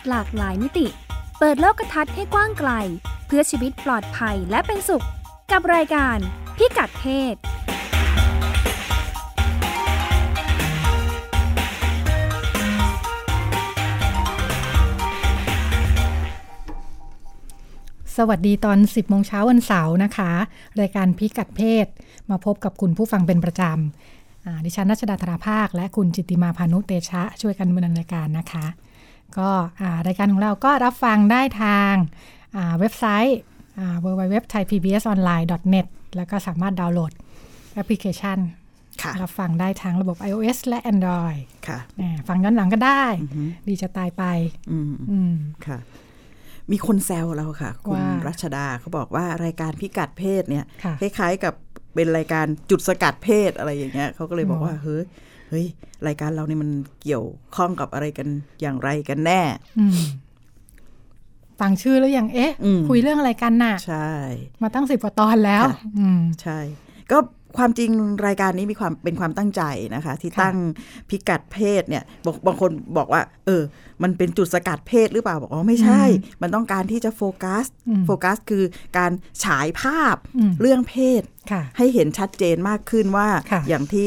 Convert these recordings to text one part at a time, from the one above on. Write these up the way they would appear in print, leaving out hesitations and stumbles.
หลากหลายมิติเปิดโลกทัศน์ให้กว้างไกลเพื่อชีวิตปลอดภัยและเป็นสุขกับรายการพิกัดเพศสวัสดีตอน 10 โมงเช้าวันเสาร์นะคะรายการพิกัดเพศมาพบกับคุณผู้ฟังเป็นประจำดิฉันรัชดาธราภาคและคุณจิตติมาพานุเตชะช่วยกันดำเนินรายการนะคะก็รายการของเราก็รับฟังได้ทางเว็บไซต์www.thaipbsonline.net แล้วก็สามารถดาวน์โหลดแอปพลิเคชันรับฟังได้ทั้งระบบ iOS และ Android ค่ะฟังย้อนหลังก็ได้ดีจะตายไปค่ะมีคนแซวเราค่ะคุณรัชดาเขาบอกว่ารายการพิกัดเพศเนี่ยคล้ายๆกับเป็นรายการจุดสกัดเพศอะไรอย่างเงี้ยเขาก็เลยบอกว่าเฮ้ยรายการเรานี่มันเกี่ยวข้องกับอะไรกันอย่างไรกันแน่ฟังชื่อแล้วยังคุยเรื่องอะไรกันน่ะใช่มาตั้ง10 กว่าตอนแล้วใช่ก็ความจริงรายการนี้มีความเป็นความตั้งใจนะคะที่ตั้งพิกัดเพศเนี่ยบางคนบอกว่ามันเป็นจุดสกัดเพศหรือเปล่าบอกไม่ใช่มันต้องการที่จะโฟกัสคือการฉายภาพเรื่องเพศให้เห็นชัดเจนมากขึ้นว่าอย่างที่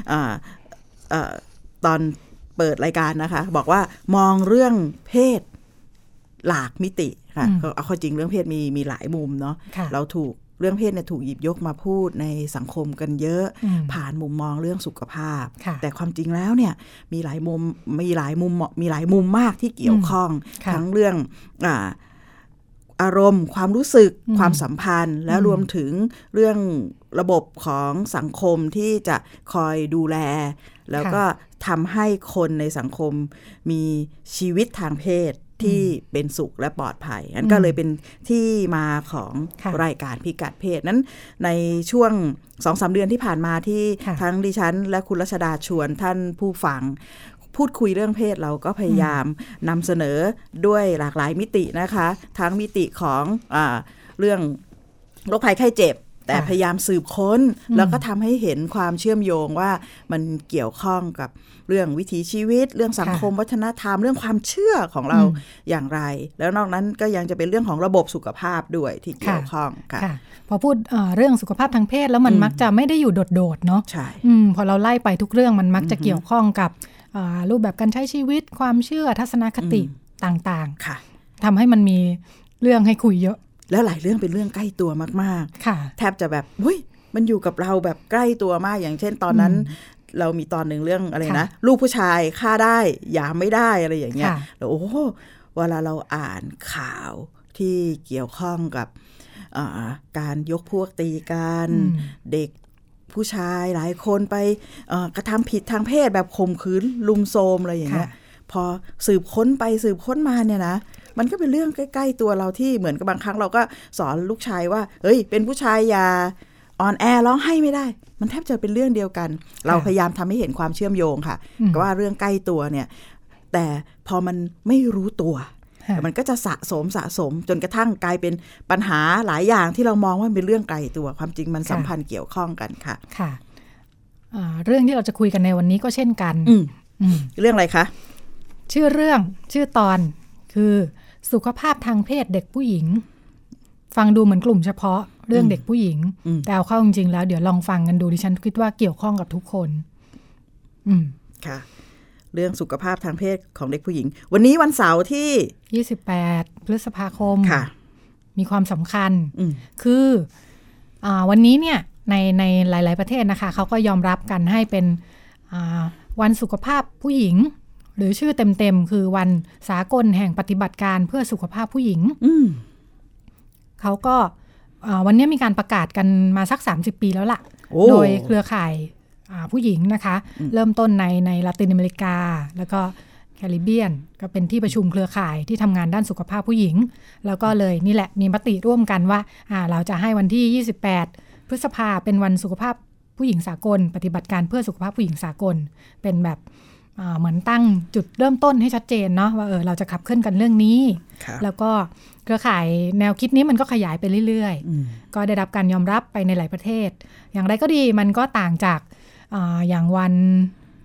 ตอนเปิดรายการนะคะบอกว่ามองเรื่องเพศหลากมิติค่ะเอาข้อจริงเรื่องเพศมีหลายมุมเนาะเราถูกเรื่องเพศเนี่ยถูกหยิบยกมาพูดในสังคมกันเยอะผ่านมุมมองเรื่องสุขภาพแต่ความจริงแล้วเนี่ยมีหลายมุมมากที่เกี่ยวข้องทั้งเรื่องอารมณ์ความรู้สึกความสัมพันธ์แล้วรวมถึงเรื่องระบบของสังคมที่จะคอยดูแลแล้วก็ทำให้คนในสังคมมีชีวิตทางเพศที่เป็นสุขและปลอดภัยนั่นก็เลยเป็นที่มาของรายการพิกัดเพศนั้นในช่วง 2-3 เดือนที่ผ่านมาที่ทั้งดิฉันและคุณรัชดาชวนท่านผู้ฟังพูดคุยเรื่องเพศเราก็พยายามนำเสนอด้วยหลากหลายมิตินะคะทั้งมิติของเรื่องโรคภัยไข้เจ็บแต่พยายามสืบค้นแล้วก็ทำให้เห็นความเชื่อมโยงว่ามันเกี่ยวข้องกับเรื่องวิถีชีวิตเรื่องสังคมวัฒนธรรมเรื่องความเชื่อของเราอย่างไรแล้วนอกนั้นก็ยังจะเป็นเรื่องของระบบสุขภาพด้วยที่เกี่ยวข้องค่ะพอพูดเรื่องสุขภาพทางเพศแล้วมันมักจะไม่ได้อยู่โดดๆเนาะใช่พอเราไล่ไปทุกเรื่องมันมักจะเกี่ยวข้องกับรูปแบบการใช้ชีวิตความเชื่อทัศนคติต่างๆทำให้มันมีเรื่องให้คุยเยอะแล้วหลายเรื่องเป็นเรื่องใกล้ตัวมากๆแทบจะแบบมันอยู่กับเราแบบใกล้ตัวมากอย่างเช่นตอนนั้นเรามีตอนหนึ่งเรื่องอะไรนะลูกผู้ชายฆ่าได้หย่าไม่ได้อะไรอย่างเงี้ยแล้วเวลาเราอ่านข่าวที่เกี่ยวข้องกับการยกพวกตีกันเด็กผู้ชายหลายคนไปกระทำผิดทางเพศแบบข่มขืนลุมโทรมอะไรอย่างเงี้ยพอสืบค้นไปสืบค้นมาเนี่ยนะมันก็เป็นเรื่องใกล้ๆตัวเราที่เหมือนกับบางครั้งเราก็สอนลูกชายว่าเฮ้ยเป็นผู้ชายอย่าอ่อนแอร้องไห้ไม่ได้มันแทบจะเป็นเรื่องเดียวกันเราพยายามทำให้เห็นความเชื่อมโยงค่ะก็ว่าเรื่องใกล้ตัวเนี่ยแต่พอมันไม่รู้ตัวมันก็จะสะสมจนกระทั่งกลายเป็นปัญหาหลายอย่างที่เรามองว่าเป็นเรื่องไกลตัวความจริงมันสัมพันธ์เกี่ยวข้องกันค่ะค่ะเรื่องที่เราจะคุยกันในวันนี้ก็เช่นกันเรื่องอะไรคะชื่อตอนคือสุขภาพทางเพศเด็กผู้หญิงฟังดูเหมือนกลุ่มเฉพาะเรื่องเด็กผู้หญิงแต่เอาเข้าจริงๆแล้วเดี๋ยวลองฟังกันดูดิฉันคิดว่าเกี่ยวข้องกับทุกคนค่ะเรื่องสุขภาพทางเพศของเด็กผู้หญิงวันนี้วันเสาร์ที่ 28 พฤษภาคมมีความสำคัญคือวันนี้เนี่ยในหลายๆประเทศนะคะเขาก็ยอมรับกันให้เป็นวันสุขภาพผู้หญิงหรือชื่อเต็มๆคือวันสากลแห่งปฏิบัติการเพื่อสุขภาพผู้หญิงเขาก็วันนี้มีการประกาศกันมาสัก30 ปีแล้วล่ะโดยเครือข่ายผู้หญิงนะคะเริ่มต้นในลาตินอเมริกาแล้วก็แคริบเบียนก็เป็นที่ประชุมเครือข่ายที่ทำงานด้านสุขภาพผู้หญิงแล้วก็เลยนี่แหละมีมติร่วมกันว่าเราจะให้วันที่28 พฤษภาเป็นวันสุขภาพผู้หญิงสากลปฏิบัติการเพื่อสุขภาพผู้หญิงสากลเป็นแบบเหมือนตั้งจุดเริ่มต้นให้ชัดเจนเนาะว่าเราจะขับเคลื่อนกันเรื่องนี้แล้วก็เครือข่ายแนวคิดนี้มันก็ขยายไปเรื่อยๆก็ได้รับการยอมรับไปในหลายประเทศอย่างไรก็ดีมันก็ต่างจากอย่างวัน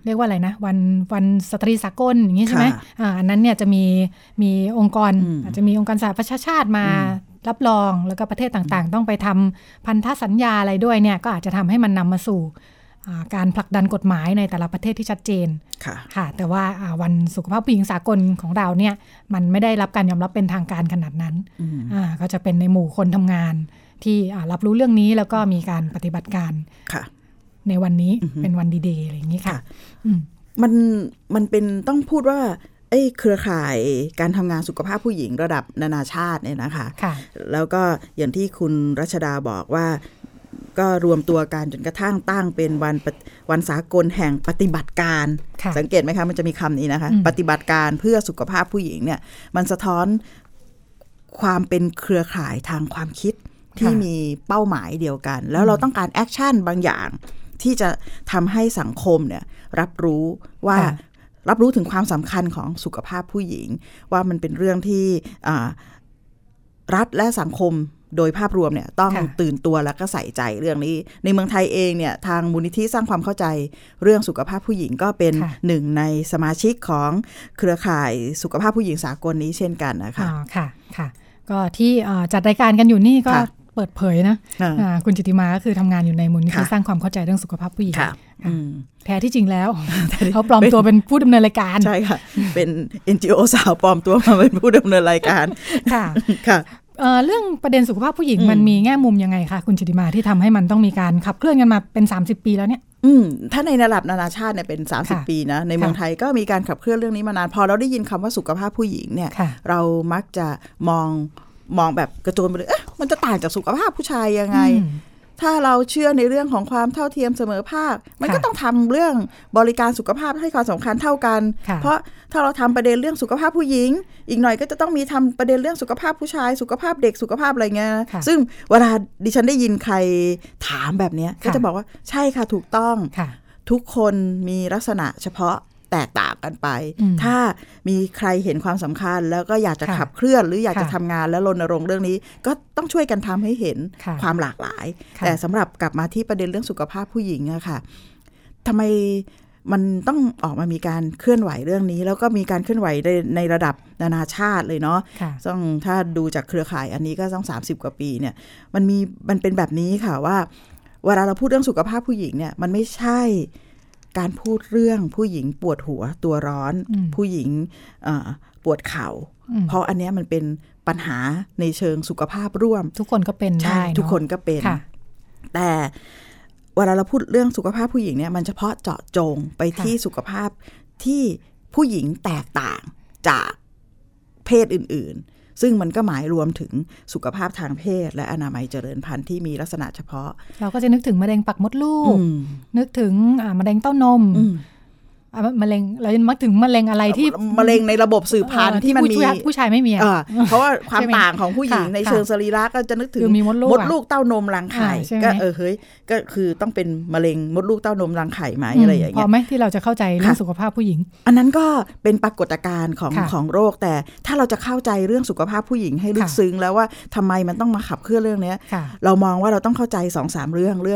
เรียกว่าอะไรนะวันสตรีสากลอย่างนี้ใช่ไหมอันนั้นเนี่ยจะมีองค์กรอาจจะมีองค์การสหประชาชาติมารับรองแล้วก็ประเทศต่างๆต้องไปทำพันธสัญญาอะไรด้วยเนี่ยก็อาจจะทำให้มันนำมาสู่การผลักดันกฎหมายในแต่ละประเทศที่ชัดเจนค่ะแต่ว่าวันสุขภาพผู้หญิงสากลของเราเนี่ยมันไม่ได้รับการยอมรับเป็นทางการขนาดนั้นก็จะเป็นในหมู่คนทำงานที่รับรู้เรื่องนี้แล้วก็มีการปฏิบัติการในวันนี้เป็นวันดีเดย์อะไรอย่างนี้ค่ะมันเป็นต้องพูดว่าเครือข่ายการทำงานสุขภาพผู้หญิงระดับนานาชาติเนี่ยนะคะแล้วก็อย่างที่คุณรัชดาบอกว่าก็รวมตัวกันจนกระทั่งตั้งเป็นวันสากลแห่งปฏิบัติการสังเกตไหมคะมันจะมีคำนี้นะคะปฏิบัติการเพื่อสุขภาพผู้หญิงเนี่ยมันสะท้อนความเป็นเครือข่ายทางความคิดที่มีเป้าหมายเดียวกันแล้วเราต้องการแอคชั่นบางอย่างที่จะทำให้สังคมเนี่ยรับรู้ถึงความสำคัญของสุขภาพผู้หญิงว่ามันเป็นเรื่องที่รัฐและสังคมโดยภาพรวมเนี่ยต้องตื่นตัวแล้วก็ใส่ใจเรื่องนี้ในเมืองไทยเองเนี่ยทางมูลนิธิสร้างความเข้าใจเรื่องสุขภาพผู้หญิงก็เป็นหนึ่งในสมาชิกของเครือข่ายสุขภาพผู้หญิงสากลนี้เช่นกันนะคะค่ะก็ที่จัดรายการกันอยู่นี่ก็เปิดเผยนะคุณจิตติมาก็คือทำงานอยู่ในมูลนิธิสร้างความเข้าใจเรื่องสุขภาพผู้หญิงแท้ที่จริงแล้วเขาปลอมตัวเป็นผู้ดำเนินรายการใช่ค่ะเป็น NGO สาวปลอมตัวมาเป็นผู้ดำเนินรายการค่ะเรื่องประเด็นสุขภาพผู้หญิงมันมีแง่มุมยังไงคะคุณจิตติมาที่ทำให้มันต้องมีการขับเคลื่อนกันมาเป็น30 ปีแล้วเนี่ยถ้าในระดับนานาชาติเนี่ยเป็น30 ปีนะในเมืองไทยก็มีการขับเคลื่อนเรื่องนี้มานานพอเราได้ยินคำว่าสุขภาพผู้หญิงเนี่ยเรามักจะมองแบบกระโจนไปเลยมันจะต่างจากสุขภาพผู้ชายยังไงถ้าเราเชื่อในเรื่องของความเท่าเทียมเสมอภาคมันก็ต้องทำเรื่องบริการสุขภาพให้ความสำคัญเท่ากันเพราะถ้าเราทำประเด็นเรื่องสุขภาพผู้หญิงอีกหน่อยก็จะต้องมีทำประเด็นเรื่องสุขภาพผู้ชายสุขภาพเด็กสุขภาพอะไรเงี้ยซึ่งเวลาดิฉันได้ยินใครถามแบบนี้ก็จะบอกว่าใช่ค่ะถูกต้องทุกคนมีลักษณะเฉพาะแตกต่างกันไปถ้ามีใครเห็นความสำคัญแล้วก็อยากจะขับเคลื่อนหรืออยากจะทำงานและรณรงค์เรื่องนี้ก็ต้องช่วยกันทำให้เห็นความหลากหลายแต่สำหรับกลับมาที่ประเด็นเรื่องสุขภาพผู้หญิงอะค่ะทำไมมันต้องออกมามีการเคลื่อนไหวเรื่องนี้แล้วก็มีการเคลื่อนไหวในระดับนานาชาติเลยเนาะต้องถ้าดูจากเครือข่ายอันนี้ก็ต้อง30 กว่าปีเนี่ยมันเป็นแบบนี้ค่ะว่าเวลาเราพูดเรื่องสุขภาพผู้หญิงเนี่ยมันไม่ใช่การพูดเรื่องผู้หญิงปวดหัวตัวร้อนผู้หญิงปวดเข่าเพราะอันนี้มันเป็นปัญหาในเชิงสุขภาพร่วมทุกคนก็เป็นได้ทุกคนก็เป็นแต่เวลาเราพูดเรื่องสุขภาพผู้หญิงเนี่ยมันเฉพาะเจาะจงไปที่สุขภาพที่ผู้หญิงแตกต่างจากเพศอื่นๆซึ่งมันก็หมายรวมถึงสุขภาพทางเพศและอนามัยเจริญพันธุ์ที่มีลักษณะเฉพาะเราก็จะนึกถึงมะเร็งปากมดลูกนึกถึงมะเร็งเต้านมมะเร็งเรามักถึงมะเร็งอะไรที่มะเร็งในระบบสืบพันธุ์ที่มันมีผู้ชายไม่มีเพราะว่าความต่างของผู้หญิงในเชิงสรีระก็จะนึกถึงมดลูกเต้านมรังไข่ก็เฮ้ยก็คือต้องเป็นมะเร็งมดลูกเต้านมรังไข่ไหมอะไรอย่างเงี้ยพอไหมที่เราจะเข้าใจเรื่องสุขภาพผู้หญิงอันนั้นก็เป็นปรากฏการณ์ของโรคแต่ถ้าเราจะเข้าใจเรื่องสุขภาพผู้หญิงให้ลึกซึ้งแล้วว่าทำไมมันต้องมาขับเคลื่อนเรื่องนี้เรามองว่าเราต้องเข้าใจ 2-3 เรื่อง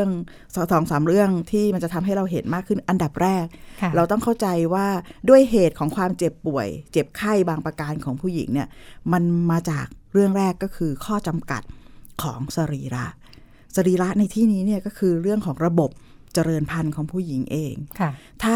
2-3 เรื่องที่มันจะทำให้เราเห็นมากขึ้นอันดับแรกเราต้องเข้าใจว่าด้วยเหตุของความเจ็บป่วยเจ็บไข้บางประการของผู้หญิงเนี่ยมันมาจากเรื่องแรกก็คือข้อจำกัดของสรีระในที่นี้เนี่ยก็คือเรื่องของระบบเจริญพันธุ์ของผู้หญิงเองถ้า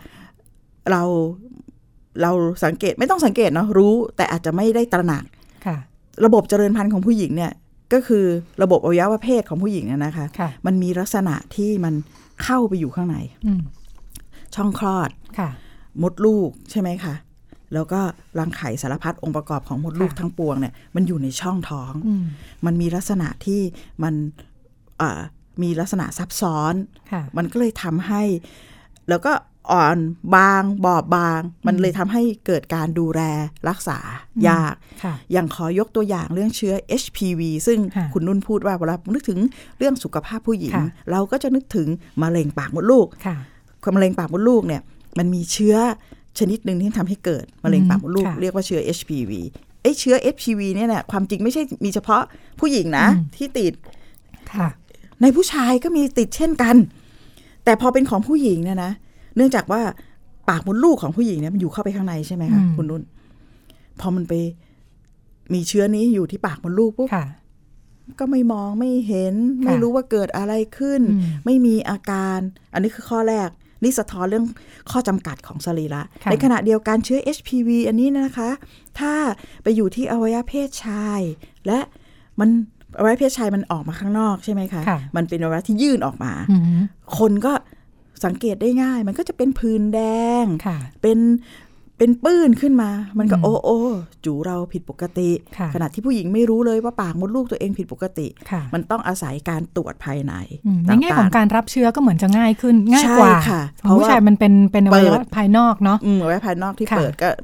เราสังเกตไม่ต้องสังเกตเนาะรู้แต่อาจจะไม่ได้ตระหนักระบบเจริญพันธุ์ของผู้หญิงเนี่ยก็คือระบบอวัยวะเพศของผู้หญิงนะคะมันมีลักษณะที่มันเข้าไปอยู่ข้างในช่องคลอดมดลูกใช่ไหมคะแล้วก็รังไข่สารพัดองค์ประกอบของมดลูกทั้งปวงเนี่ยมันอยู่ในช่องท้องมันมีลักษณะที่มันมีลักษณะซับซ้อนมันก็เลยทำให้แล้วก็อ่อนบางบอบบางมันเลยทำให้เกิดการดูแลรักษายากอย่างขอยกตัวอย่างเรื่องเชื้อ HPV ซึ่งคุณนุ่นพูดว่าเวลานึกถึงเรื่องสุขภาพผู้หญิงเราก็จะนึกถึงมะเร็งปากมดลูกมะเร็งปากมดลูกเนี่ยมันมีเชื้อชนิดหนึ่งที่ทำให้เกิดมะเร็งปากมดลูกเรียกว่าเชื้อ HPV เชื้อ HPV เนี่ยนะความจริงไม่ใช่มีเฉพาะผู้หญิงนะที่ติดในผู้ชายก็มีติดเช่นกันแต่พอเป็นของผู้หญิงเนี่ยนะเนื่องจากว่าปากมดลูกของผู้หญิงเนี่ยมันอยู่เข้าไปข้างในใช่ไหมคะคุณนุ่นพอมันไปมีเชื้อนี้อยู่ที่ปากมดลูกปุ๊บก็ไม่มองไม่เห็นไม่รู้ว่าเกิดอะไรขึ้นไม่มีอาการอันนี้คือข้อแรกนี่สะท้อนเรื่องข้อจำกัดของสรีระในขณะเดียวกันเชื้อ HPV อันนี้นะคะถ้าไปอยู่ที่อวัยวะเพศชายและมันอวัยวะเพศชายมันออกมาข้างนอกใช่ไหมคะมันเป็นอวัยวะที่ยื่นออกมาคนก็สังเกตได้ง่ายมันก็จะเป็นผื่นแดงเป็นปื้นขึ้นมามันก็โอ้จูเราผิดปกติขณะที่ผู้หญิงไม่รู้เลยว่าปากมดลูกตัวเองผิดปกติมันต้องอาศัยการตรวจภายในในแง่ของการรับเชื้อก็เหมือนจะง่ายขึ้นง่ายกว่าเพราะผู้ชายมันเป็นอวัยวะภายนอกเนาะอวัยวะภายนอกที่เปิดก็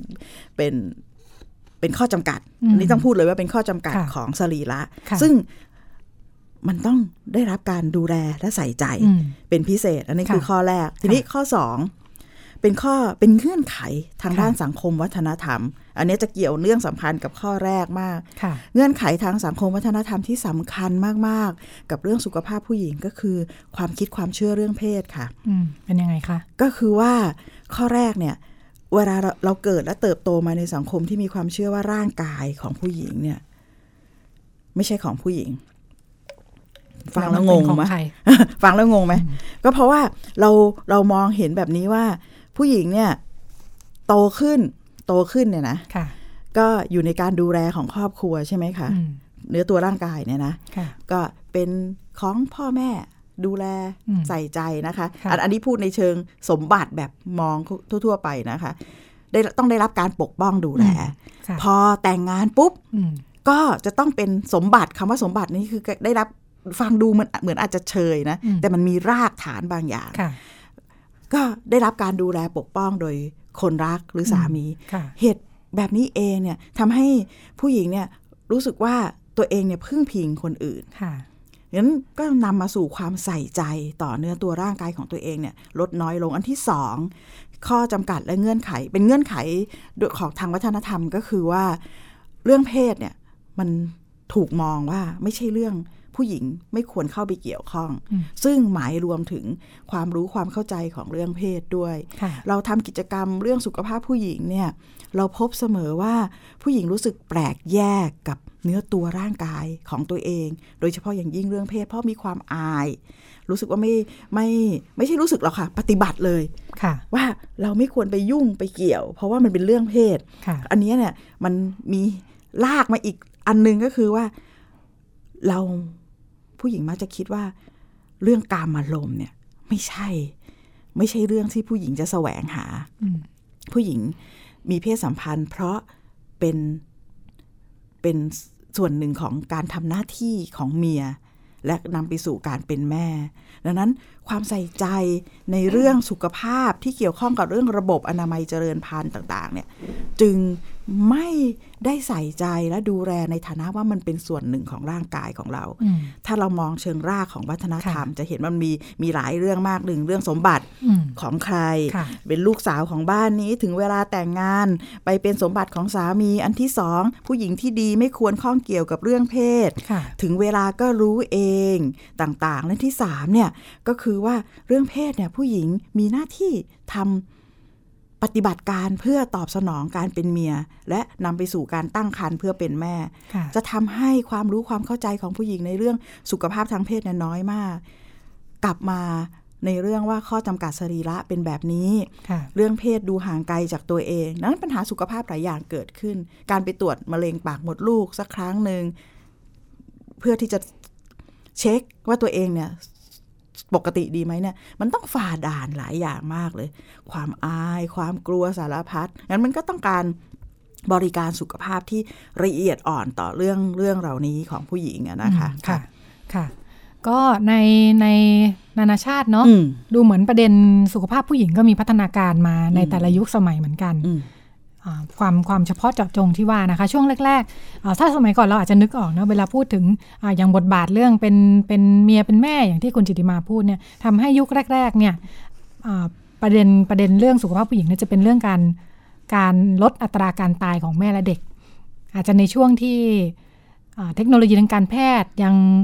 เป็นข้อจำกัดอันนี้ต้องพูดเลยว่าเป็นข้อจำกัดของสรีระซึ่งมันต้องได้รับการดูแลและใส่ใจเป็นพิเศษอันนี้คือข้อแรกทีนี้ข้อ2เป็นเงื่อนไขทางด้านสังคมวัฒนธรรมอันนี้จะเกี่ยวเนื่องสัมพันธ์กับข้อแรกมากเงื่อนไขทางสังคมวัฒนธรรมที่สำคัญมากๆกับเรื่องสุขภาพผู้หญิงก็คือความคิดความเชื่อเรื่องเพศค่ะเป็นยังไงคะก็คือว่าข้อแรกเนี่ยเวลาเราเกิดและเติบโตมาในสังคมที่มีความเชื่อว่าร่างกายของผู้หญิงเนี่ยไม่ใช่ของผู้หญิงฟังแล้วงงไหมฟังแล้วงงไหมก็เพราะว่าเรามองเห็นแบบนี้ว่าผู้หญิงเนี่ยโตขึ้นเนี่ยนะก็อยู่ในการดูแลของครอบครัวใช่ไหมคะเนื้อตัวร่างกายเนี่ยนะก็เป็นของพ่อแม่ดูแลใส่ใจนะคะอันนี้พูดในเชิงสมบัติแบบมองทั่วๆไปนะคะต้องได้รับการปกป้องดูแลพอแต่งงานปุ๊บก็จะต้องเป็นสมบัติคำว่าสมบัตินี่คือได้รับฟังดูมันเหมือนอาจจะเชยนะแต่มันมีรากฐานบางอย่างก็ได้รับการดูแลปกป้องโดยคนรักหรือสามีเหตุแบบนี้เองเนี่ยทำให้ผู้หญิงเนี่ยรู้สึกว่าตัวเองเนี่ยพึ่งพิงคนอื่นงั้นก็นำมาสู่ความใส่ใจต่อเนื้อตัวร่างกายของตัวเองเนี่ยลดน้อยลงอันที่2ข้อจำกัดและเงื่อนไขเป็นเงื่อนไขของทางวัฒนธรรมก็คือว่าเรื่องเพศเนี่ยมันถูกมองว่าไม่ใช่เรื่องผู้หญิงไม่ควรเข้าไปเกี่ยวข้องซึ่งหมายรวมถึงความรู้ความเข้าใจของเรื่องเพศด้วยเราทำกิจกรรมเรื่องสุขภาพผู้หญิงเนี่ยเราพบเสมอว่าผู้หญิงรู้สึกแปลกแยกกับเนื้อตัวร่างกายของตัวเองโดยเฉพาะอย่างยิ่งเรื่องเพศเพราะมีความอายรู้สึกว่าไม่ใช่รู้สึกหรอกค่ะปฏิบัติเลยว่าเราไม่ควรไปยุ่งไปเกี่ยวเพราะว่ามันเป็นเรื่องเพศอันนี้เนี่ยมันมีลากมาอีกอันนึงก็คือว่าเราผู้หญิงมักจะคิดว่าเรื่องกามารมณ์เนี่ยไม่ใช่เรื่องที่ผู้หญิงจะแสวงหาผู้หญิงมีเพศสัมพันธ์เพราะเป็นส่วนหนึ่งของการทำหน้าที่ของเมียและนำไปสู่การเป็นแม่ดังนั้นความใส่ใจในเรื่องสุขภาพที่เกี่ยวข้องกับเรื่องระบบอนามัยเจริญพันธุ์ต่างๆเนี่ยจึงไม่ได้ใส่ใจและดูแลในฐานะว่ามันเป็นส่วนหนึ่งของร่างกายของเราถ้าเรามองเชิงรากของวัฒนธรรมจะเห็นมันมีหลายเรื่องมากหนึ่งเรื่องสมบัติของใครเป็นลูกสาวของบ้านนี้ถึงเวลาแต่งงานไปเป็นสมบัติของสามีอันที่2ผู้หญิงที่ดีไม่ควรข้องเกี่ยวกับเรื่องเพศถึงเวลาก็รู้เองต่างๆและที่3เนี่ยก็คือว่าเรื่องเพศเนี่ยผู้หญิงมีหน้าที่ทำปฏิบัติการเพื่อตอบสนองการเป็นเมียและนำไปสู่การตั้งครรภ์เพื่อเป็นแม่จะทำให้ความรู้ความเข้าใจของผู้หญิงในเรื่องสุขภาพทางเพศเนี่ยน้อยมากกลับมาในเรื่องว่าข้อจำกัดสรีระเป็นแบบนี้เรื่องเพศดูห่างไกลจากตัวเองนั้นปัญหาสุขภาพหลายอย่างเกิดขึ้นการไปตรวจมะเร็งปากมดลูกสักครั้งนึงเพื่อที่จะเช็คว่าตัวเองเนี่ยปกติดีไหมเนี่ยมันต้องฝ่าด่านหลายอย่างมากเลยความอายความกลัวสารพัดงั้นมันก็ต้องการบริการสุขภาพที่ละเอียดอ่อนต่อเรื่องเหล่านี้ของผู้หญิงนะคะค่ะก็ในนานาชาติเนาะดูเหมือนประเด็นสุขภาพผู้หญิงก็มีพัฒนาการมาในแต่ละยุคสมัยเหมือนกันความเฉพาะเจาะจงที่ว่านะคะช่วงแรกๆถ้าสมัยก่อนเราอาจจะนึกออกนะเวลาพูดถึงอย่างบทบาทเรื่องเป็นเมียเป็นแม่อย่างที่คุณจิตติมาพูดเนี่ยทำให้ยุคแรกๆเนี่ยประเด็นเรื่องสุขภาพผู้หญิงเนี่ยจะเป็นเรื่องการลดอัตราการตายของแม่และเด็กอาจจะในช่วงที่เทคโนโลยีทางการแพทย์ยัง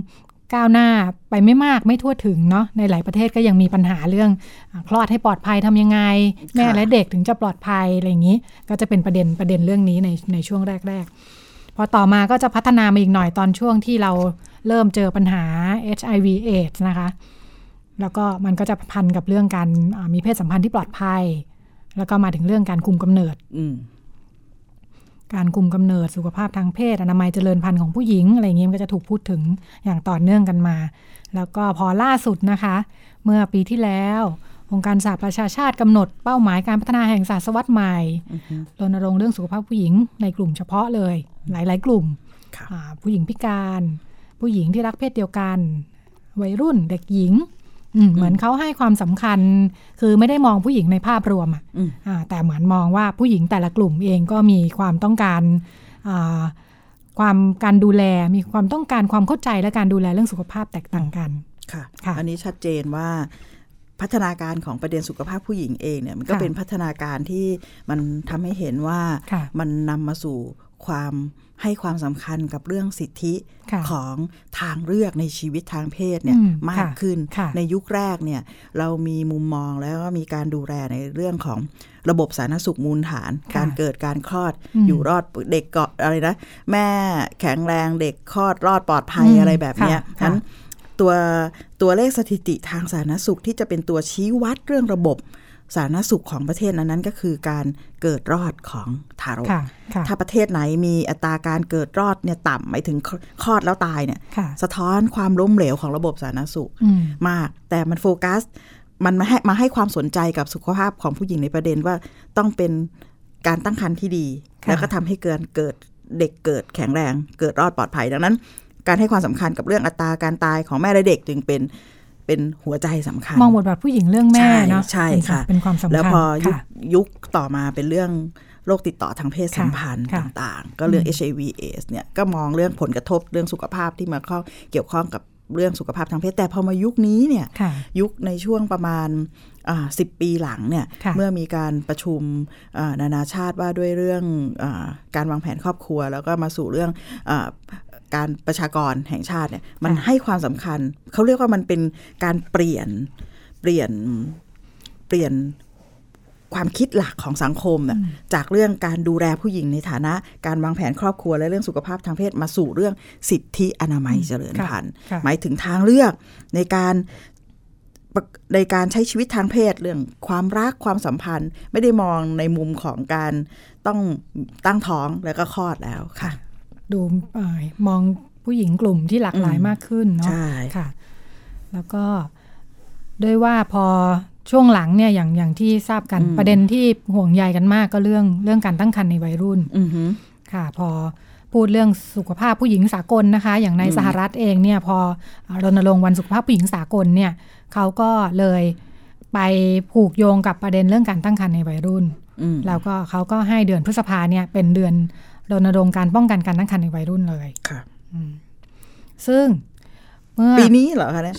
ก้าวหน้าไปไม่มากไม่ทั่วถึงเนาะในหลายประเทศก็ยังมีปัญหาเรื่องคลอดให้ปลอดภัยทำยังไงแม่และเด็กถึงจะปลอดภัยอะไรอย่างนี้ก็จะเป็นประเด็นเรื่องนี้ในช่วงแรกๆพอต่อมาก็จะพัฒนามาอีกหน่อยตอนช่วงที่เราเริ่มเจอปัญหา HIV AIDS นะคะแล้วก็มันก็จะพันกับเรื่องการมีเพศสัมพันธ์ที่ปลอดภัยแล้วก็มาถึงเรื่องการคุมกำเนิดการคุมกำเนิดสุขภาพทางเพศอนามัยเจริญพันธุ์ของผู้หญิงอะไรอย่างเงี้ยมันก็จะถูกพูดถึงอย่างต่อเนื่องกันมาแล้วก็พอล่าสุดนะคะเมื่อปีที่แล้วองค์การสหประชาชาติกำหนดเป้าหมายการพัฒนาแห่งศตวรรษใหม่รณรงค์เรื่องสุขภาพผู้หญิงในกลุ่มเฉพาะเลยหลายๆกลุ่มผู้หญิงพิการผู้หญิงที่รักเพศเดียวกันวัยรุ่นเด็กหญิงเหมือนเขาให้ความสำคัญคือไม่ได้มองผู้หญิงในภาพรวมแต่เหมือนมองว่าผู้หญิงแต่ละกลุ่มเองก็มีความต้องการการดูแลมีความต้องการความเข้าใจและการดูแลเรื่องสุขภาพแตกต่างกันค่ะอันนี้ชัดเจนว่าพัฒนาการของประเด็นสุขภาพผู้หญิงเองเนี่ยมันก็เป็นพัฒนาการที่มันทำให้เห็นว่ามันนำมาสู่ความให้ความสำคัญกับเรื่องสิทธิของทางเลือกในชีวิตทางเพศเนี่ยมากขึ้นในยุคแรกเนี่ยเรามีมุมมองแล้วก็มีการดูแลในเรื่องของระบบสาธารณสุขมูลฐานการเกิดการคลอดอยู่รอดเด็กเกาะอะไรนะแม่แข็งแรงเด็กคลอดรอดปลอดภัยอะไรแบบนี้นั้นตัวเลขสถิติทางสาธารณสุขที่จะเป็นตัวชี้วัดเรื่องระบบสาธารณสุขของประเทศนั้นก็คือการเกิดรอดของทารกถ้าประเทศไหนมีอัตราการเกิดรอดเนี่ยต่ำหมายถึงคลอดแล้วตายเนี่ยสะท้อนความล้มเหลวของระบบสาธารณสุขมากแต่มันโฟกัสมันมาให้ความสนใจกับสุขภาพของผู้หญิงในประเด็นว่าต้องเป็นการตั้งครรภ์ที่ดีแล้วก็ทำให้เกิดเด็กเกิดแข็งแรงเกิดรอดปลอดภัยดังนั้นการให้ความสำคัญกับเรื่องอัตราการตายของแม่และเด็กจึงเป็นหัวใจสำคัญมองบทบาทผู้หญิงเรื่องแม่เนาะใช่ค่ะเป็นความสำคัญแล้วพอยุคต่อมาเป็นเรื่องโรคติดต่อทางเพศสัมพันธ์ต่างๆก็เรื่อง HIV AIDS เนี่ยก็มองเรื่องผลกระทบเรื่องสุขภาพที่มาเกี่ยวข้องกับเรื่องสุขภาพทางเพศแต่พอมายุคนี้เนี่ยยุคในช่วงประมาณ10 ปีหลังเนี่ยเมื่อมีการประชุมนานาชาติว่าด้วยเรื่องการวางแผนครอบครัวแล้วก็มาสู่เรื่องการประชากรแห่งชาติเนี่ยมันให้ความสำคัญเขาเรียกว่ามันเป็นการเปลี่ยนความคิดหลักของสังคมน่ะจากเรื่องการดูแลผู้หญิงในฐานะการวางแผนครอบครัวและเรื่องสุขภาพทางเพศมาสู่เรื่องสิทธิอนามัยเจริญพันธุ์หมายถึงทางเลือกในการใช้ชีวิตทางเพศเรื่องความรักความสัมพันธ์ไม่ได้มองในมุมของการต้องตั้งท้องแล้วก็คลอดแล้วค่ะดูมองผู้หญิงกลุ่มที่หลากหลายมากขึ้นเนาะค่ะแล้วก็ด้วยว่าพอช่วงหลังเนี่ยอย่างที่ทราบกันประเด็นที่ห่วงใยกันมากก็เรื่องการตั้งครรภ์ในวัยรุ่นค่ะพอพูดเรื่องสุขภาพผู้หญิงสากลนะคะอย่างในสหรัฐเองเนี่ยพอรณรงค์วันสุขภาพผู้หญิงสากลเนี่ยเขาก็เลยไปผูกโยงกับประเด็นเรื่องการตั้งครรภ์ในวัยรุ่นแล้วก็เขาก็ให้เดือนพฤษภาเนี่ยเป็นเดือนรณรงค์การป้องกันการตั้งครรภ์ในวัยรุ่นเลยค่ะซึ่งเมื่อปีนี้เหรอคะเนี่ย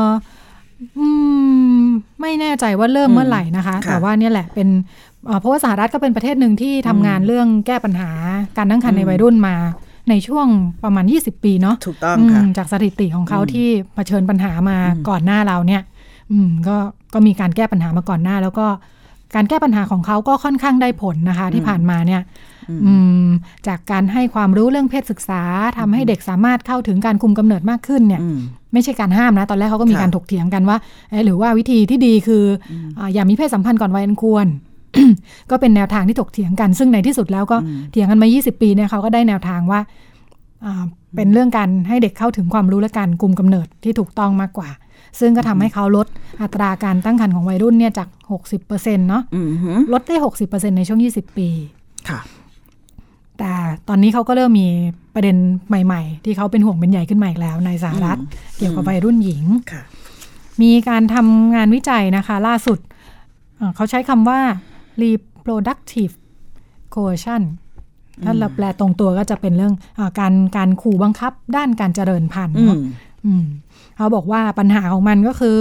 ไม่แน่ใจว่าเริ่มเมื่อไหร่นะคะแต่ว่าเนี่ยแหละเป็นเพราะว่าสหรัฐก็เป็นประเทศหนึ่งที่ทำงานเรื่องแก้ปัญหาการตั้งครรภ์ในวัยรุ่นมาในช่วงประมาณ20 ปีเนาะถูกต้องค่ะจากสถิติของเขาที่เผชิญปัญหามาก่อนหน้าเราเนี่ยก็มีการแก้ปัญหามาก่อนหน้าแล้วก็การแก้ปัญหาของเขาก็ค่อนข้างได้ผลนะคะที่ผ่านมาเนี่ยจากการให้ความรู้เรื่องเพศศึกษาทำให้เด็กสามารถเข้าถึงการคุมกำเนิดมากขึ้นเนี่ยไม่ใช่การห้ามนะตอนแรกเขาก็มีการถกเถียงกันว่าหรือว่าวิธีที่ดีคืออย่ามีเพศสัมพันธ์ก่อนวัยอันควร ก็เป็นแนวทางที่ถกเถียงกันซึ่งในที่สุดแล้วก็เถียงกันมา20 ปีเนี่ยเขาก็ได้แนวทางว่าเป็นเรื่องการให้เด็กเข้าถึงความรู้และการคุมกำเนิดที่ถูกต้องมากกว่าซึ่งก็ทำให้เขาลดอัตราการตั้งครรภ์ของวัยรุ่นเนี่ยจาก 60% เนาะลดได้ 60% ในช่วง20 ปีค่ะแต่ตอนนี้เขาก็เริ่มมีประเด็นใหม่ๆที่เขาเป็นห่วงเป็นใหญ่ขึ้นมาอีกแล้วในสหรัฐเกี่ยวกับวัยรุ่นหญิงมีการทำงานวิจัยนะคะล่าสุดเขาใช้คำว่า reproductive coercion ถ้าเราแปลตรงตัวก็จะเป็นเรื่องการขู่บังคับด้านการเจริญพันธุ์เขาบอกว่าปัญหาของมันก็คือ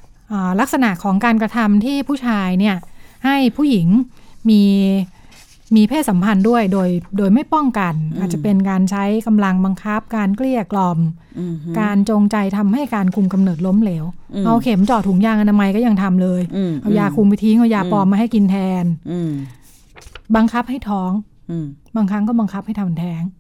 ลักษณะของการกระทำที่ผู้ชายเนี่ยให้ผู้หญิงมีเพศสัมพันธ์ด้วยโดยไม่ป้องกันอาจจะเป็นการใช้กำลังบังคับการเกลี้ยกล่อมการจงใจทำให้การคุมกำเนิดล้มเหลวเอาเข็มเจาะถุงยางอนามัยก็ยังทำเลยเอายาคุมไปทิ้งเอายาปลอมมาให้กินแทนบังคับให้ท้องบางครั้งก็บังคับให้ทำแท้ง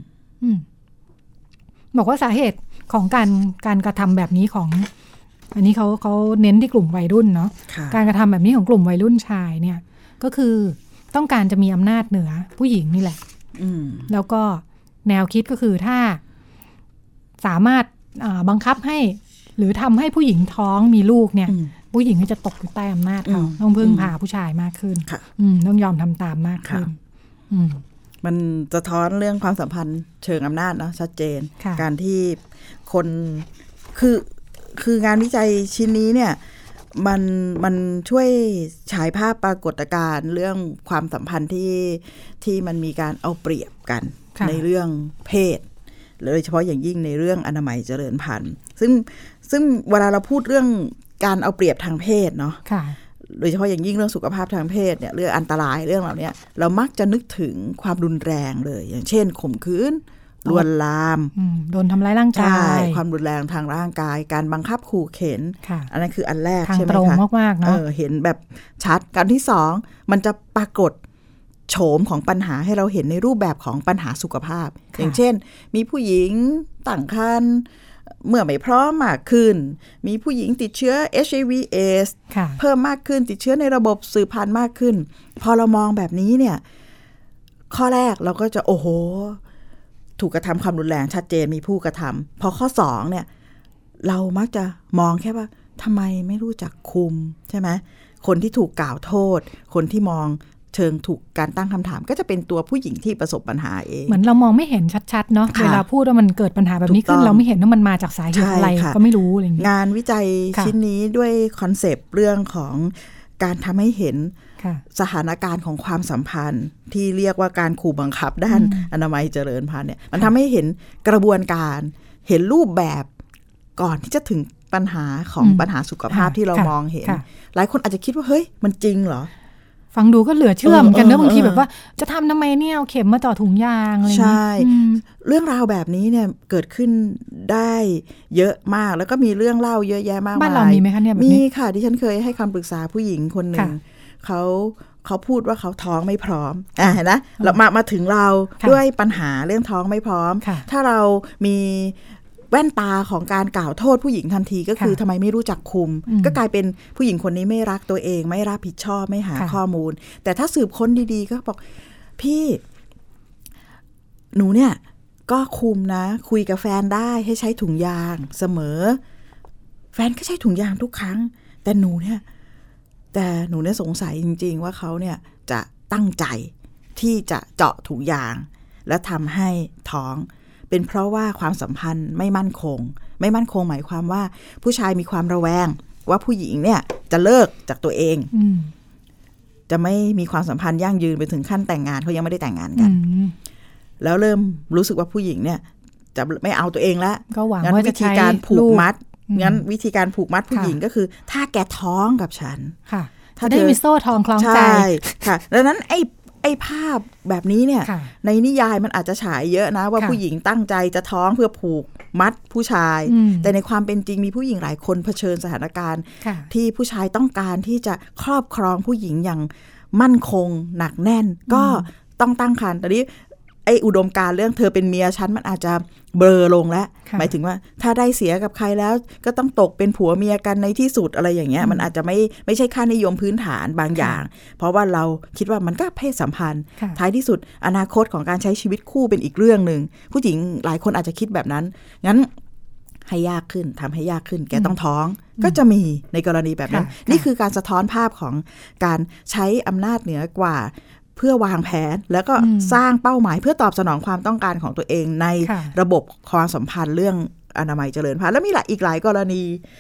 บอกว่าสาเหตุของการกระทำแบบนี้ของอันนี้เขาเน้นที่กลุ่มวัยรุ่นเนาะการกระทำแบบนี้ของกลุ่มวัยรุ่นชายเนี่ยก็คือต้องการจะมีอำนาจเหนือผู้หญิงนี่แหละแล้วก็แนวคิดก็คือถ้าสามารถบังคับให้หรือทำให้ผู้หญิงท้องมีลูกเนี่ยผู้หญิงก็จะตกอยู่ใต้อำนาจเขาต้องพึ่งพาผู้ชายมากขึ้นต้องยอมทำตามมากขึ้นมันสะท้อนเรื่องความสัมพันธ์เชิงอำนาจเนาะชัดเจนการที่คนคืองานวิจัยชิ้นนี้เนี่ยมันช่วยฉายภาพปรากฏการณ์เรื่องความสัมพันธ์ที่มันมีการเอาเปรียบกันในเรื่องเพศโดยเฉพาะอย่างยิ่งในเรื่องอนามัยเจริญพันธุ์ซึ่งเวลาเราพูดเรื่องการเอาเปรียบทางเพศเนาะโดยเฉพาะอย่างยิ่งเรื่องสุขภาพทางเพศเนี่ยเรื่องอันตรายเรื่องเหล่านี้เรามักจะนึกถึงความรุนแรงเลยอย่างเช่นข่มขืนลวนลามโดนทำร้ายร่างกายความรุนแรงทางร่างกายการบังคับขู่เข็นอันนั้นคืออันแรกใช่ไหมคะทางตรงมากๆเนาะเห็นแบบชัดการที่สองมันจะปรากฏโฉมของปัญหาให้เราเห็นในรูปแบบของปัญหาสุขภาพอย่างเช่นมีผู้หญิงตั้งครรภ์เมื่อไม่พร้อมมากขึ้นมีผู้หญิงติดเชื้อ HIV/AIDS เพิ่มมากขึ้นติดเชื้อในระบบสืบพันธุ์มากขึ้นพอเรามองแบบนี้เนี่ยข้อแรกเราก็จะโอ้โหถูกกระทำความรุนแรงชัดเจนมีผู้กระทำพอข้อ2เนี่ยเรามักจะมองแค่ว่าทำไมไม่รู้จักคุมใช่ไหมคนที่ถูกกล่าวโทษคนที่มองเชิงถูกการตั้งคำถามก็จะเป็นตัวผู้หญิงที่ประสบปัญหาเองเหมือนเรามองไม่เห็นชัดๆเนาะเวลาพูดว่ามันเกิดปัญหาแบบนี้ขึ้นเราไม่เห็นว่ามันมาจากสาเหตุอะไรก็ไม่รู้อะไรอย่างเงี้ยงานวิจัยชิ้นนี้ด้วยคอนเซปต์เรื่องของการทำให้เห็นสถานการณ์ของความสัมพันธ์ที่เรียกว่าการขู่บังคับด้านอนามัยเจริญพันธุ์เนี่ยมันทำให้เห็นกระบวนการเห็นรูปแบบก่อนที่จะถึงปัญหาของปัญหาสุขภาพที่เรามองเห็นหลายคนอาจจะคิดว่าเฮ้ยมันจริงเหรอฟังดูก็เหลือเชื่อเหมือนกันเนอะบางทีแบบว่าจะทำไมเนี่ยเอาเข็มมาเจาะถุงยางอะไรอย่างเงี้ยใช่เรื่องราวแบบนี้เนี่ยเกิดขึ้นได้เยอะมากแล้วก็มีเรื่องเล่าเยอะแยะมากมายบ้านเรามีไหมคะเนี่ยมีค่ะที่ฉันเคยให้คำปรึกษาผู้หญิงคนหนึ่งเขาพูดว่าเขาท้องไม่พร้อมเห็นนะเรามาถึงเราด้วยปัญหาเรื่องท้องไม่พร้อมถ้าเรามีแว่นตาของการกล่าวโทษผู้หญิงทันทีก็คือทำไมไม่รู้จักคุมก็กลายเป็นผู้หญิงคนนี้ไม่รักตัวเองไม่รับผิดชอบไม่หาข้อมูลแต่ถ้าสืบค้นดีๆก็บอกพี่หนูเนี่ยก็คุมนะคุยกับแฟนได้ให้ใช้ถุงยางเสมอแฟนก็ใช้ถุงยางทุกครั้งแต่หนูเนี่ยสงสัยจริงๆว่าเขาเนี่ยจะตั้งใจที่จะเจาะถุงยางและทำให้ท้องเป็นเพราะว่าความสัมพันธ์ไม่มั่นคงหมายความว่าผู้ชายมีความระแวงว่าผู้หญิงเนี่ยจะเลิกจากตัวเองจะไม่มีความสัมพันธ์ยั่งยืนไปถึงขั้นแต่งงานเขายังไม่ได้แต่งงานกันแล้วเริ่มรู้สึกว่าผู้หญิงเนี่ยจะไม่เอาตัวเองแล้วก็หวังว่าจะใช้การผูกมัดงั้นวิธีการผูกมัดผู้หญิงก็คือถ้าแกท้องกับฉันถ้าได้มีโซ่ทองคล้องใจค่ะดังนั้นไอ้ภาพแบบนี้เนี่ยในนิยายมันอาจจะฉายเยอะนะว่าผู้หญิงตั้งใจจะท้องเพื่อผูกมัดผู้ชายแต่ในความเป็นจริงมีผู้หญิงหลายคนเผชิญสถานการณ์ที่ผู้ชายต้องการที่จะครอบครองผู้หญิงอย่างมั่นคงหนักแน่นก็ต้องตั้งครรภ์แต่นี้ไอ้อุดมการณ์เรื่องเธอเป็นเมียฉันมันอาจจะเบลอลงแล้วหมายถึงว่าถ้าได้เสียกับใครแล้วก็ต้องตกเป็นผัวเมียกันในที่สุดอะไรอย่างเงี้ยมันอาจจะไม่ใช่ค่านิยมพื้นฐานบางอย่างเพราะว่าเราคิดว่ามันก็เพศสัมพันธ์ท้ายที่สุดอนาคตของการใช้ชีวิตคู่เป็นอีกเรื่องนึงผู้หญิงหลายคนอาจจะคิดแบบนั้นงั้นให้ยากขึ้นทำให้ยากขึ้นแกต้องท้องก็จะมีในกรณีแบบนั้นนี่คือการสะท้อนภาพของการใช้อำนาจเหนือกว่าเพื่อวางแผนแล้วก็สร้างเป้าหมายเพื่อตอบสนองความต้องการของตัวเองในระบบความสัมพันธ์เรื่องอนามัยเจริญพันธุ์แล้วมีอีกหลายกรณี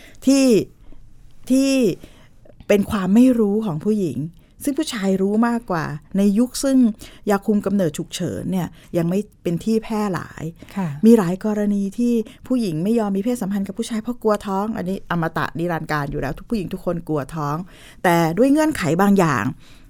ที่เป็นความไม่รู้ของผู้หญิงซึ่งผู้ชายรู้มากกว่าในยุคซึ่งยาคุมกำเนิดฉุกเฉินเนี่ยยังไม่เป็นที่แพร่หลายมีหลายกรณีที่ผู้หญิงไม่ยอมมีเพศสัมพันธ์กับผู้ชายเพราะกลัวท้องอันนี้อมตะนิรันดร์การอยู่แล้วทุกผู้หญิงทุกคนกลัวท้องแต่ด้วยเงื่อนไขบางอย่าง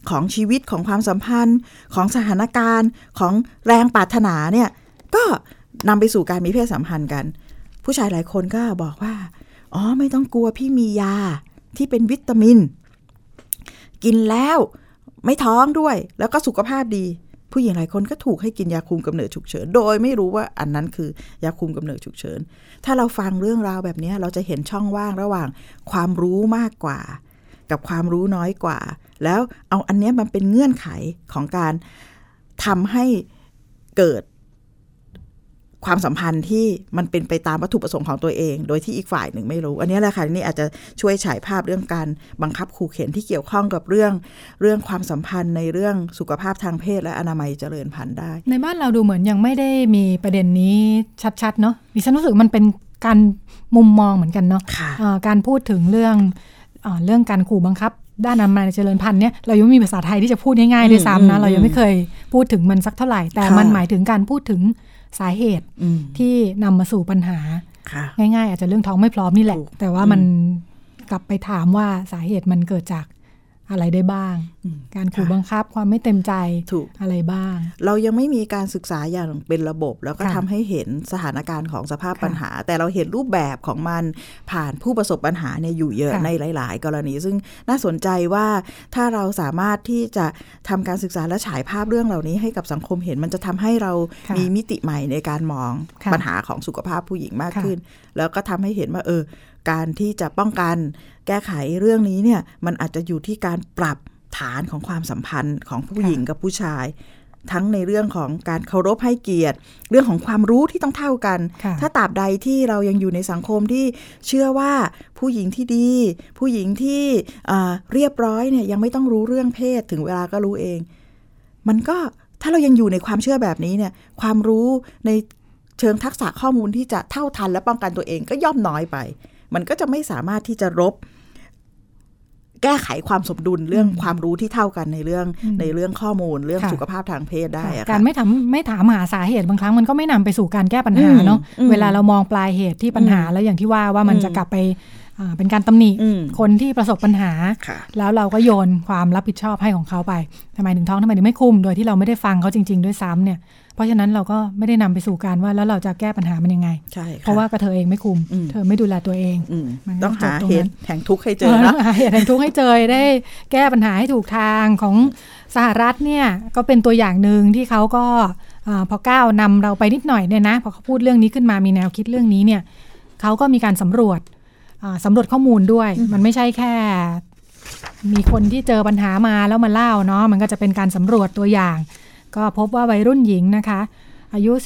ของชีวิตของความสัมพันธ์ของสถานการณ์ของแรงปรารถนาเนี่ยก็นำไปสู่การมีเพศสัมพันธ์กันผู้ชายหลายคนก็บอกว่าอ๋อไม่ต้องกลัวพี่มียาที่เป็นวิตามินกินแล้วไม่ท้องด้วยแล้วก็สุขภาพดีผู้หญิงหลายคนก็ถูกให้กินยาคุมกำเนิดฉุกเฉินโดยไม่รู้ว่าอันนั้นคือยาคุมกำเนิดฉุกเฉินถ้าเราฟังเรื่องราวแบบนี้เราจะเห็นช่องว่างระหว่างความรู้มากกว่ากับความรู้น้อยกว่าแล้วเอาอันนี้มันเป็นเงื่อนไขของการทำให้เกิดความสัมพันธ์ที่มันเป็นไปตามวัตถุประสงค์ของตัวเองโดยที่อีกฝ่ายหนึ่งไม่รู้อันนี้แหละค่ะนี่อาจจะช่วยฉายภาพเรื่องการบังคับขู่เข็นที่เกี่ยวข้องกับเรื่องความสัมพันธ์ในเรื่องสุขภาพทางเพศและอนามัยเจริญพันธุ์ได้ในบ้านเราดูเหมือนยังไม่ได้มีประเด็นนี้ชัดๆเนาะดิฉันรู้สึกมันเป็นการมุมมองเหมือนกันเนาะการพูดถึงเรื่องการขู่บังคับด้านอนามัยเจริญพันธุ์เนี่ยเรายังไม่มีภาษาไทยที่จะพูดง่ายๆด้วยซ้ำนะเรายังไม่เคยพูดถึงมันสักเท่าไหร่แต่มันหมายถึงการพูดถึงสาเหตุที่นำมาสู่ปัญหาง่ายๆอาจจะเรื่องท้องไม่พร้อมนี่แหละแต่ว่ามันกลับไปถามว่าสาเหตุมันเกิดจากอะไรได้บ้างการขู่บังคับความไม่เต็มใจอะไรบ้างเรายังไม่มีการศึกษาอย่างเป็นระบบแล้วก็ทำให้เห็นสถานการณ์ของสภาพปัญหาแต่เราเห็นรูปแบบของมันผ่านผู้ประสบปัญหาเนี่ยอยู่เยอะในหลายๆกรณีซึ่งน่าสนใจว่าถ้าเราสามารถที่จะทำการศึกษาและฉายภาพเรื่องเหล่านี้ให้กับสังคมเห็นมันจะทำให้เรามีมิติใหม่ในการมองปัญหาของสุขภาพผู้หญิงมากขึ้นแล้วก็ทำให้เห็นว่าการที่จะป้องกันแก้ไขเรื่องนี้เนี่ยมันอาจจะอยู่ที่การปรับฐานของความสัมพันธ์ของผู้หญิงกับผู้ชายทั้งในเรื่องของการเคารพให้เกียรติเรื่องของความรู้ที่ต้องเท่ากันถ้าตราบใดที่เรายังอยู่ในสังคมที่เชื่อว่าผู้หญิงที่ดีผู้หญิงที่เรียบร้อยเนี่ยยังไม่ต้องรู้เรื่องเพศถึงเวลาก็รู้เองมันก็ถ้าเรายังอยู่ในความเชื่อแบบนี้เนี่ยความรู้ในเชิงทักษะข้อมูลที่จะเท่าทันและป้องกันตัวเองก็ย่อมน้อยไปมันก็จะไม่สามารถที่จะแก้ไขความสมดุลเรื่องความรู้ที่เท่ากันในเรื่องข้อมูลเรื่องสุขภาพทางเพศได้การไม่ถามหาสาเหตุบางครั้งมันก็ไม่นำไปสู่การแก้ปัญหาเนาะเวลาเรามองปลายเหตุที่ปัญหาแล้วอย่างที่ว่ามันจะกลับไปเป็นการตำหนิคนที่ประสบปัญหาแล้วเราก็โยนความรับผิดชอบให้ของเขาไปทำไมถึงท้องทำไมถึงไม่คุมโดยที่เราไม่ได้ฟังเขาจริงๆด้วยซ้ำเนี่ยเพราะฉะนั้นเราก็ไม่ได้นำไปสู่การว่าแล้วเราจะแก้ปัญหามันยังไงเพราะว่ากระเธอเองไม่คุมเธอไม่ดูแลตัวเองต้องหาเหตุแห่งทุกข์ให้เจอนะหาเหตุแห่งทุกข์ให้เจอได้แก้ปัญหาให้ถูกทางของสหรัฐเนี่ยก็เป็นตัวอย่างนึงที่เขาก็พอก้าวนำเราไปนิดหน่อยเนี่ยนะพอเขาพูดเรื่องนี้ขึ้นมามีแนวคิดเรื่องนี้เนี่ยเขาก็มีการสำรวจข้อมูลด้วยมันไม่ใช่แค่มีคนที่เจอปัญหามาแล้วมาเล่าเนาะมันก็จะเป็นการสำรวจตัวอย่างก็พบว่าวัยรุ่นหญิงนะคะอายุ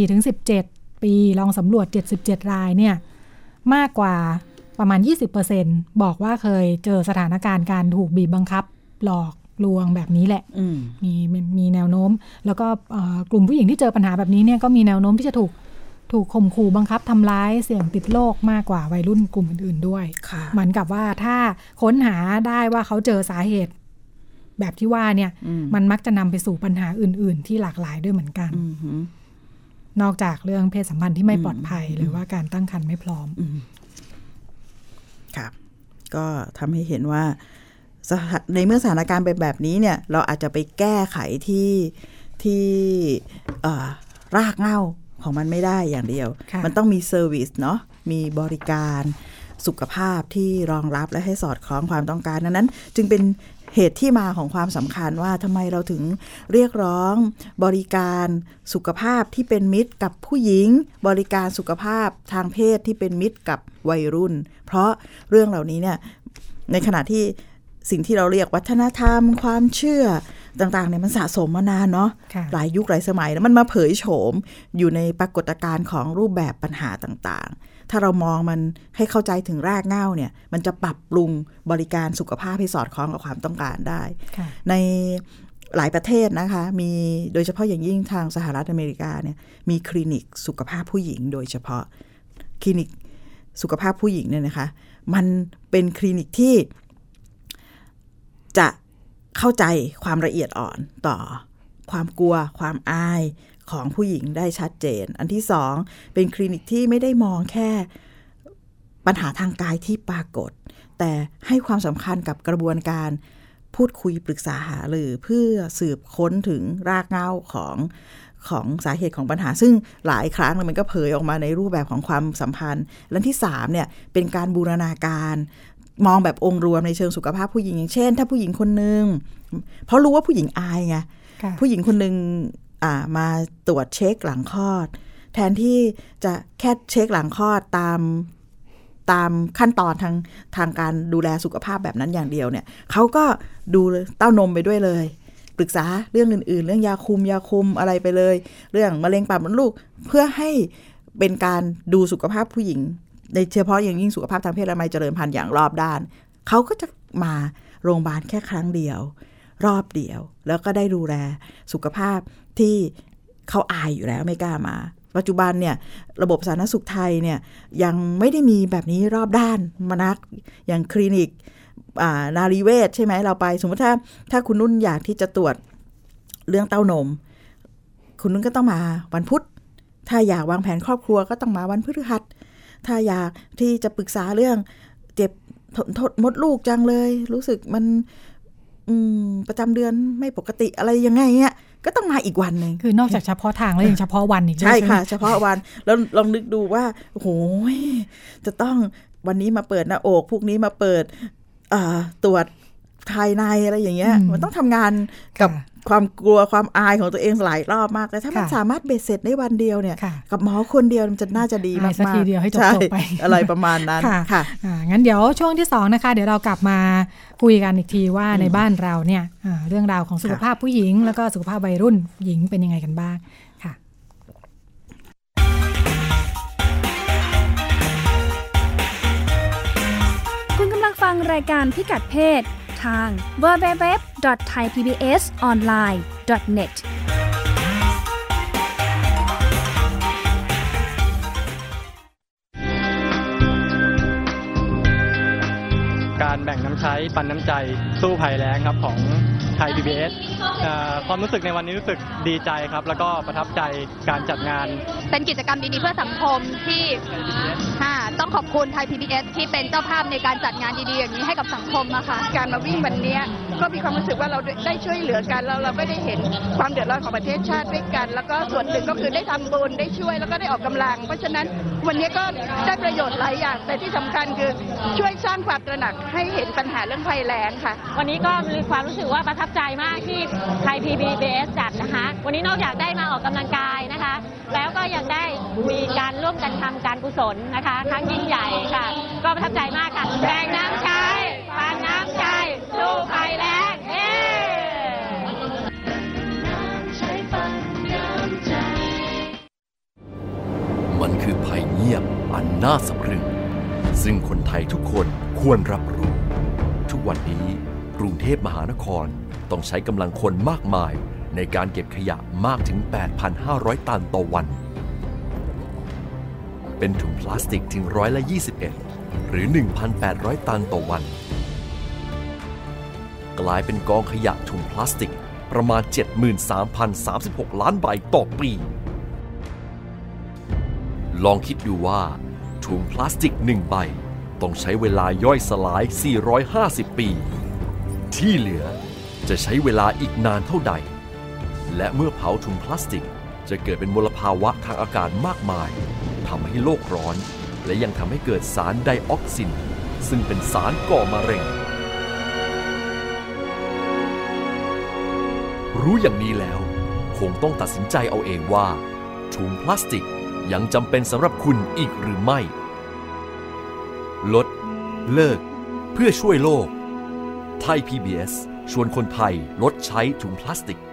14-17 ปีลองสำรวจ77รายเนี่ยมากกว่าประมาณ 20% บอกว่าเคยเจอสถานการณ์การถูกบีบบังคับหลอกลวงแบบนี้แหละมีแนวโน้มแล้วก็กลุ่มผู้หญิงที่เจอปัญหาแบบนี้เนี่ยก็มีแนวโน้มที่จะถูกข่มขู่บังคับทำร้ายเสี่ยงติดโรคมากกว่าวัยรุ่นกลุ่มอื่นๆด้วยเหมือนกับว่าถ้าค้นหาได้ว่าเขาเจอสาเหตุแบบที่ว่าเนี่ยมันมักจะนำไปสู่ปัญหาอื่นๆที่หลากหลายด้วยเหมือนกันนอกจากเรื่องเพศสัมพันธ์ที่ไม่ปลอดภัยหรือว่าการตั้งครรภ์ไม่พร้อมครับก็ทำให้เห็นว่าในเมื่อสถานการณ์เป็นแบบนี้เนี่ยเราอาจจะไปแก้ไขที่รากเหง้าของมันไม่ได้อย่างเดียวมันต้องมีเซอร์วิสเนาะมีบริการสุขภาพที่รองรับและให้สอดคล้องความต้องการนั้นจึงเป็นเหตุที่มาของความสำคัญว่าทำไมเราถึงเรียกร้องบริการสุขภาพที่เป็นมิตรกับผู้หญิงบริการสุขภาพทางเพศที่เป็นมิตรกับวัยรุ่นเพราะเรื่องเหล่านี้เนี่ยในขณะที่สิ่งที่เราเรียกวัฒนธรรมความเชื่อต่างๆเนี่ยมันสะสมมานานเนาะหลายยุคหลายสมัยแล้วมันมาเผยโฉมอยู่ในปรากฏการณ์ของรูปแบบปัญหาต่างๆถ้าเรามองมันให้เข้าใจถึงรากเหง้าเนี่ยมันจะปรับปรุงบริการสุขภาพให้สอดคล้องกับความต้องการได้ในหลายประเทศนะคะมีโดยเฉพาะอย่างยิ่งทางสหรัฐอเมริกาเนี่ยมีคลินิกสุขภาพผู้หญิงโดยเฉพาะคลินิกสุขภาพผู้หญิงเนี่ยนะคะมันเป็นคลินิกที่จะเข้าใจความละเอียดอ่อนต่อความกลัวความอายของผู้หญิงได้ชัดเจนอันที่สองเป็นคลินิกที่ไม่ได้มองแค่ปัญหาทางกายที่ปรากฏแต่ให้ความสำคัญกับกระบวนการพูดคุยปรึกษาหารือเพื่อสืบค้นถึงรากเหง้าของสาเหตุของปัญหาซึ่งหลายครั้งมันก็เผยออกมาในรูปแบบของความสัมพันธ์และที่3เนี่ยเป็นการบูรณาการมองแบบองค์รวมในเชิงสุขภาพผู้หญิงอย่างเช่นถ้าผู้หญิงคนนึงเพราะรู้ว่าผู้หญิงอายไงผู้หญิงคนนึงมาตรวจเช็คหลังคลอดแทนที่จะแค่เช็คหลังคลอดตามขั้นตอนทางการดูแลสุขภาพแบบนั้นอย่างเดียวเนี่ยเขาก็ดูเต้านมไปด้วยเลยปรึกษาเรื่องอื่นๆเรื่องยาคุมอะไรไปเลยเรื่องมะเร็งปากมดลูกเพื่อให้เป็นการดูสุขภาพผู้หญิงในเฉพาะอย่างยิ่งสุขภาพทางเพศและมัยเจริญพันธุ์อย่างรอบด้านเขาก็จะมาโรงพยาบาลแค่ครั้งเดียวรอบเดียวแล้วก็ได้ดูแลสุขภาพที่เขาอายอยู่แล้วไม่กล้ามาปัจจุบันเนี่ยระบบสาธารณสุขไทยเนี่ยยังไม่ได้มีแบบนี้รอบด้านมานักอย่างคลินิกนารีเวชใช่ไหมเราไปสมมติถ้าคุณนุ่นอยากที่จะตรวจเรื่องเต้านมคุณนุ่นก็ต้องมาวันพุธถ้าอยากวางแผนครอบครัวก็ต้องมาวันพฤหัสถ้าอยากที่จะปรึกษาเรื่องเจ็บมดลูกจังเลยรู้สึกมันประจำเดือนไม่ปกติอะไรยังไงเนี่ยก็ต้องมาอีกวันนึงคือนอกจากเฉพาะทางแล้วยังเฉพาะวันอีกใช่ค่ะเฉพาะวันแล้วลองนึกดูว่าโอ้โหจะต้องวันนี้มาเปิดหน้าอกพวกนี้มาเปิดตรวจภายในอะไรอย่างเงี้ยมันต้องทำงานกับความกลัวความอายของตัวเองหลายรอบมากแต่ถ้ามันสามารถเบ็ดเสร็จได้วันเดียวเนี่ยกับหมอคนเดียวมันจะน่าจะดีมากๆสักทีเดียวให้จบไปอะไรประมาณนั้นค่ะงั้นเดี๋ยวช่วงที่2นะคะเดี๋ยวเรากลับมาคุยกันอีกทีว่าในบ้านเราเนี่ยเรื่องราวของสุขภาพผู้หญิงแล้วก็สุขภาพวัยรุ่นหญิงเป็นยังไงกันบ้างค่ะคุณกำลังฟังรายการพิกัดเพศทาง www.thaipbsonline.net การแบ่งน้ำใช้ปันน้ำใจสู้ภัยแล้งครับของไทย PBS ความรู้สึกในวันนี้รู้สึกดีใจครับแล้วก็ประทับใจการจัดงานเป็นกิจกรรมดีๆเพื่อสังคมที่ต้องขอบคุณไทย PBS ที่เป็นเจ้าภาพในการจัดงานดีๆอย่างนี้ให้กับสังคมนะคะการมาวิ่งวันนี้ก็มีความรู้สึกว่าเราได้ช่วยเหลือกันแล้วเราก็ได้เห็นความเดือดร้อนของประเทศชาติด้วยกันแล้วก็ส่วนหนึ่งก็คือได้ทำบุญได้ช่วยแล้วก็ได้ออกกำลังเพราะฉะนั้นวันนี้ก็ได้ประโยชน์หลายอย่างแต่ที่สำคัญคือช่วยสร้างความตระหนักให้เห็นปัญหาเรื่องภัยแล้งค่ะวันนี้ก็มีความรู้สึกว่าประทับใจมากที่ไทย PBS จัดนะคะวันนี้นอกจากได้มาออกกำลังกายนะคะแล้วก็ยังได้มีการร่วมกันทำการกุศลนะคะครั้งยิ่งใหญ่ค่ะก็ประทับใจมากค่ะแบ่งน้ำใจปันน้ำใจสู้ภัยแล้งมันคือภัยเงียบอันน่าสะพรึงซึ่งคนไทยทุกคนควรรับรู้ทุกวันนี้กรุงเทพมหานครต้องใช้กำลังคนมากมายในการเก็บขยะมากถึง 8,500 ตันต่อวันเป็นถุงพลาสติกถึง21%หรือ 1,800 ตันต่อวันกลายเป็นกองขยะถุงพลาสติกประมาณ 73,036 ล้านใบต่อปีลองคิดดูว่าถุงพลาสติก1ใบต้องใช้เวลาย่อยสลาย450ปีที่เหลือจะใช้เวลาอีกนานเท่าใดและเมื่อเผาถุงพลาสติกจะเกิดเป็นมลภาวะทางอากาศมากมายทำให้โลกร้อนและยังทำให้เกิดสารไดออกซินซึ่งเป็นสารก่อมะเร็งรู้อย่างนี้แล้วคงต้องตัดสินใจเอาเองว่าถุงพลาสติกยังจำเป็นสำหรับคุณอีกหรือไม่ลดเลิกเพื่อช่วยโลกไทย PBS ชวนคนไทยลดใช้ถุงพลาสติก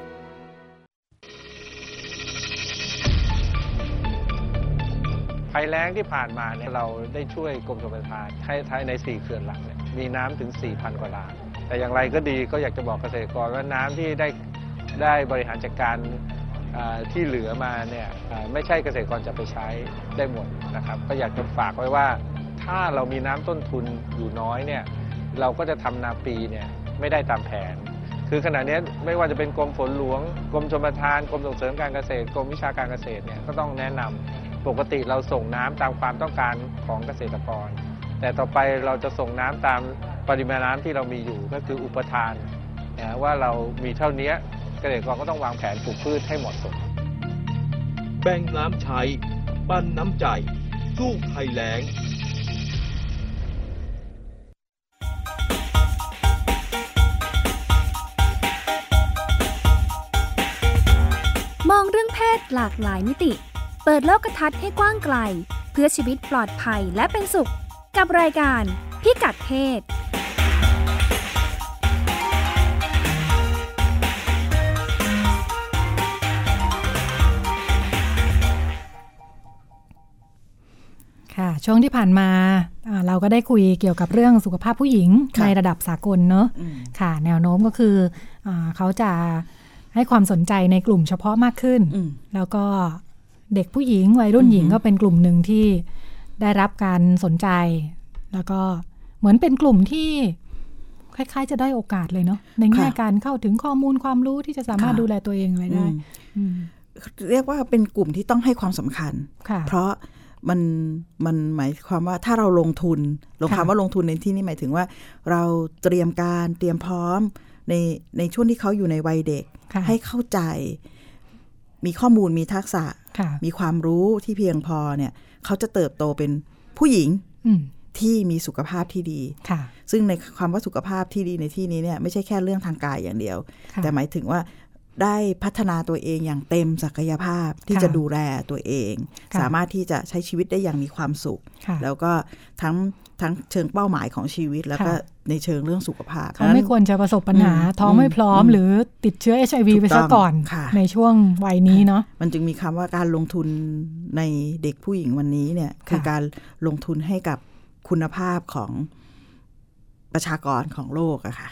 ภัยแล้งที่ผ่านมาเนี่ยเราได้ช่วยกรมชลประทานให้ใน4เขื่อนหลักเนี่ยมีน้ำถึง 4,000 กว่าล้านแต่อย่างไรก็ดีก็อยากจะบอกเกษตรกรว่าน้ำที่ได้บริหารจัดการที่เหลือมาเนี่ยไม่ใช่เกษตรกรจะไปใช้ได้หมดนะครับก็อยากจะฝากไว้ว่าถ้าเรามีน้ำต้นทุนอยู่น้อยเนี่ยเราก็จะทำนาปีเนี่ยไม่ได้ตามแผนคือขณะนี้ไม่ว่าจะเป็นกรมฝนหลวงกรมชลประทานกรมส่งเสริมการเกษตรกรมวิชาการเกษตรเนี่ยก็ต้องแนะนำปกติเราส่งน้ำตามความต้องการของเกษตรกรแต่ต่อไปเราจะส่งน้ำตามปริมาณน้ำที่เรามีอยู่ก็คืออุปทานว่าเรามีเท่านี้เกษตรกรก็ต้องวางแผนปลูกพืชให้เหมาะสมแบ่งน้ำใช้ปันน้ำใจสู้ภัยแล้งมองเรื่องเพศหลากหลายมิติเปิดโลกทัศน์ให้กว้างไกลเพื่อชีวิตปลอดภัยและเป็นสุขกับรายการพิกัดเพศค่ะช่วงที่ผ่านมาเราก็ได้คุยเกี่ยวกับเรื่องสุขภาพผู้หญิงในระดับสากลเนอะค่ะแนวโน้มก็คือเขาจะให้ความสนใจในกลุ่มเฉพาะมากขึ้นแล้วก็เด็กผู้หญิงวัยรุ่นหญิงก็เป็นกลุ่มหนึ่งที่ได้รับการสนใจแล้วก็เหมือนเป็นกลุ่มที่คล้ายๆจะได้โอกาสเลยเนาะในแง่การเข้าถึงข้อมูลความรู้ที่จะสามารถดูแลตัวเองอะไรได้เรียกว่าเป็นกลุ่มที่ต้องให้ความสำคัญเพราะมันหมายความว่าถ้าเราลงทุนคำว่าลงทุนในที่นี้หมายถึงว่าเราเตรียมพร้อมในช่วงที่เขาอยู่ในวัยเด็กให้เข้าใจมีข้อมูลมีทักษะมีความรู้ที่เพียงพอเนี่ยเขาจะเติบโตเป็นผู้หญิงที่มีสุขภาพที่ดีซึ่งในความว่าสุขภาพที่ดีในที่นี้เนี่ยไม่ใช่แค่เรื่องทางกายอย่างเดียวแต่หมายถึงว่าได้พัฒนาตัวเองอย่างเต็มศักยภาพที่จะดูแลตัวเองสามารถที่จะใช้ชีวิตได้อย่างมีความสุขแล้วก็ทั้งเชิงเป้าหมายของชีวิตแล้วก็ในเชิงเรื่องสุขภาพเขาไม่ควรจะประสบปัญหาท้องไม่พร้อมหรือติดเชื้อ HIV ไปซะก่อนในช่วงวัยนี้เนาะมันจึงมีคำว่าการลงทุนในเด็กผู้หญิงวันนี้เนี่ยคือการลงทุนให้กับคุณภาพของประชากรของโลกอะค่ะ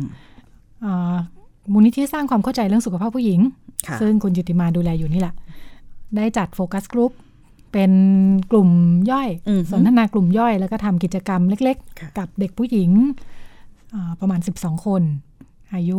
มูลนิธิสร้างความเข้าใจเรื่องสุขภาพผู้หญิงซึ่งคุณจิตติมาดูแลอยู่นี่แหละได้จัดโฟกัสกรุ๊ปเป็นกลุ่มย่อยสนทนากลุ่มย่อยแล้วก็ทำกิจกรรมเล็กๆกับเด็กผู้หญิงประมาณ12คนอายุ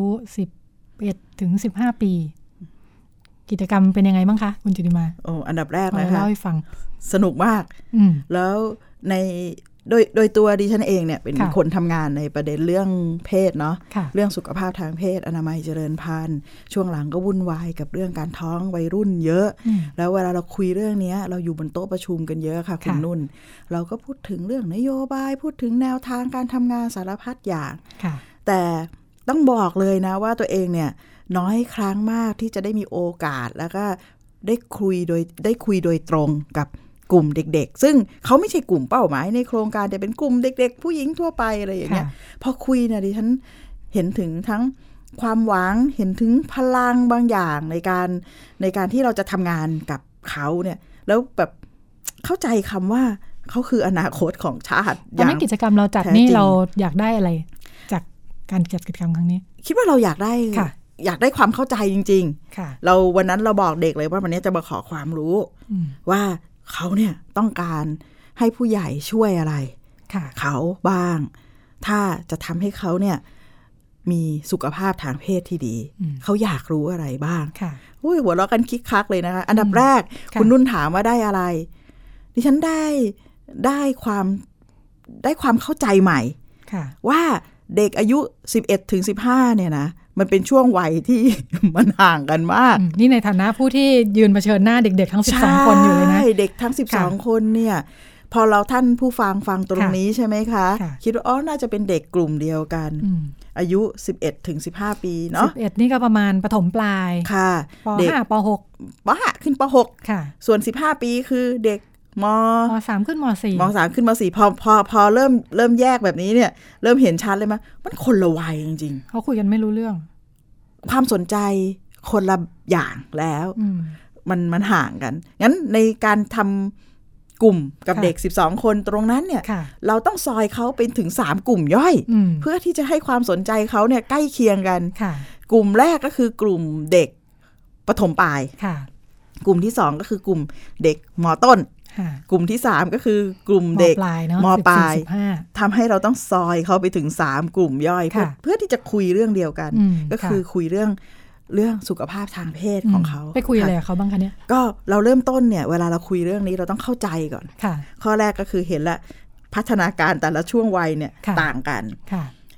11ถึง15ปีกิจกรรมเป็นยังไงบ้างคะคุณจิตติมาอันดับแรกนะคะเล่าให้ฟังสนุกมากแล้วในโดยตัวดิฉันเองเนี่ยเป็นคนทำงานในประเด็นเรื่องเพศเนาะเรื่องสุขภาพทางเพศอนามัยเจริญพันธุ์ช่วงหลังก็วุ่นวายกับเรื่องการท้องวัยรุ่นเยอะแล้วเวลาเราคุยเรื่องนี้เราอยู่บนโต๊ะประชุมกันเยอะค่ะคุณนุ่นเราก็พูดถึงเรื่องนโยบายพูดถึงแนวทางการทำงานสารพัดอย่างแต่ต้องบอกเลยนะว่าตัวเองเนี่ยน้อยครั้งมากที่จะได้มีโอกาสแล้วก็ได้คุยโดยตรงกับกลุ่มเด็กๆซึ่งเขาไม่ใช่กลุ่มเป้าหมายในโครงการแต่เป็นกลุ่มเด็กๆผู้หญิงทั่วไปอะไรอย่างเงี้ยพอคุยเนี่ยดิฉันเห็นถึงทั้งความหวังเห็นถึงพลังบางอย่างในการที่เราจะทำงานกับเขาเนี่ยแล้วแบบเข้าใจคำว่าเขาคืออนาคตของชาติตอนนี้กิจกรรมเราจัดนี่เราอยากได้อะไรจากการจัดกิจกรรมครั้งนี้คิดว่าเราอยากได้ความเข้าใจจริงๆเราวันนั้นเราบอกเด็กเลยว่าวันนี้จะมาขอความรู้ว่าเขาเนี่ยต้องการให้ผู้ใหญ่ช่วยอะไรเขาบ้างถ้าจะทำให้เขาเนี่ยมีสุขภาพทางเพศที่ดีเขาอยากรู้อะไรบ้างหัวเราะกันคิกคักเลยนะคะอันดับแรกคุณนุ่นถามว่าได้อะไรดิฉันได้ความเข้าใจใหม่ว่าเด็กอายุ11ถึง15เนี่ยนะมันเป็นช่วงวัยที่มันห่างกันมากนี่ในฐานะผู้ที่ยืนเผชิญหน้าเด็กๆทั้ง12คนอยู่เลยนะเด็กทั้ง12คนเนี่ยพอเราท่านผู้ฟังตรงนี้ใช่ไหมคะคิดว่าน่าจะเป็นเด็กกลุ่มเดียวกันอายุ11ถึง15ปีเนาะ 11นี่ก็ประมาณประถมปลายค่ะป.5 ป .5 ขึ้นป.6 ค่ะส่วน15ปีคือเด็กม .3 ขึ้นม .4 ม.3 ขึ้นม.4 พอเริ่มแยกแบบนี้เนี่ยเริ่มเห็นชัดเลยมั้ยมันคนละวัยจริงๆเขาคุยกันไม่รู้เรื่องความสนใจคนละอย่างแล้วมันห่างกันงั้นในการทำกลุ่มกับเด็ก12คนตรงนั้นเนี่ยเราต้องซอยเขาเป็นถึง3กลุ่มย่อยเพื่อที่จะให้ความสนใจเขาเนี่ยใกล้เคียงกันกลุ่มแรกก็คือกลุ่มเด็กประถมปลายกลุ่มที่2ก็คือกลุ่มเด็กม.ต้นกลุ่มที่3ก็คือกลุ่มเด็กม.ปลายทำให้เราต้องซอยเขาไปถึง3กลุ่มย่อยเพื่อที่จะคุยเรื่องเดียวกันก็คือคุยเรื่องสุขภาพทางเพศของเขาไปคุยอะไรกับเขาบ้างคะเนี่ยก็เราเริ่มต้นเนี่ยเวลาเราคุยเรื่องนี้เราต้องเข้าใจก่อนข้อแรกก็คือเห็นละพัฒนาการแต่ละช่วงวัยเนี่ยต่างกัน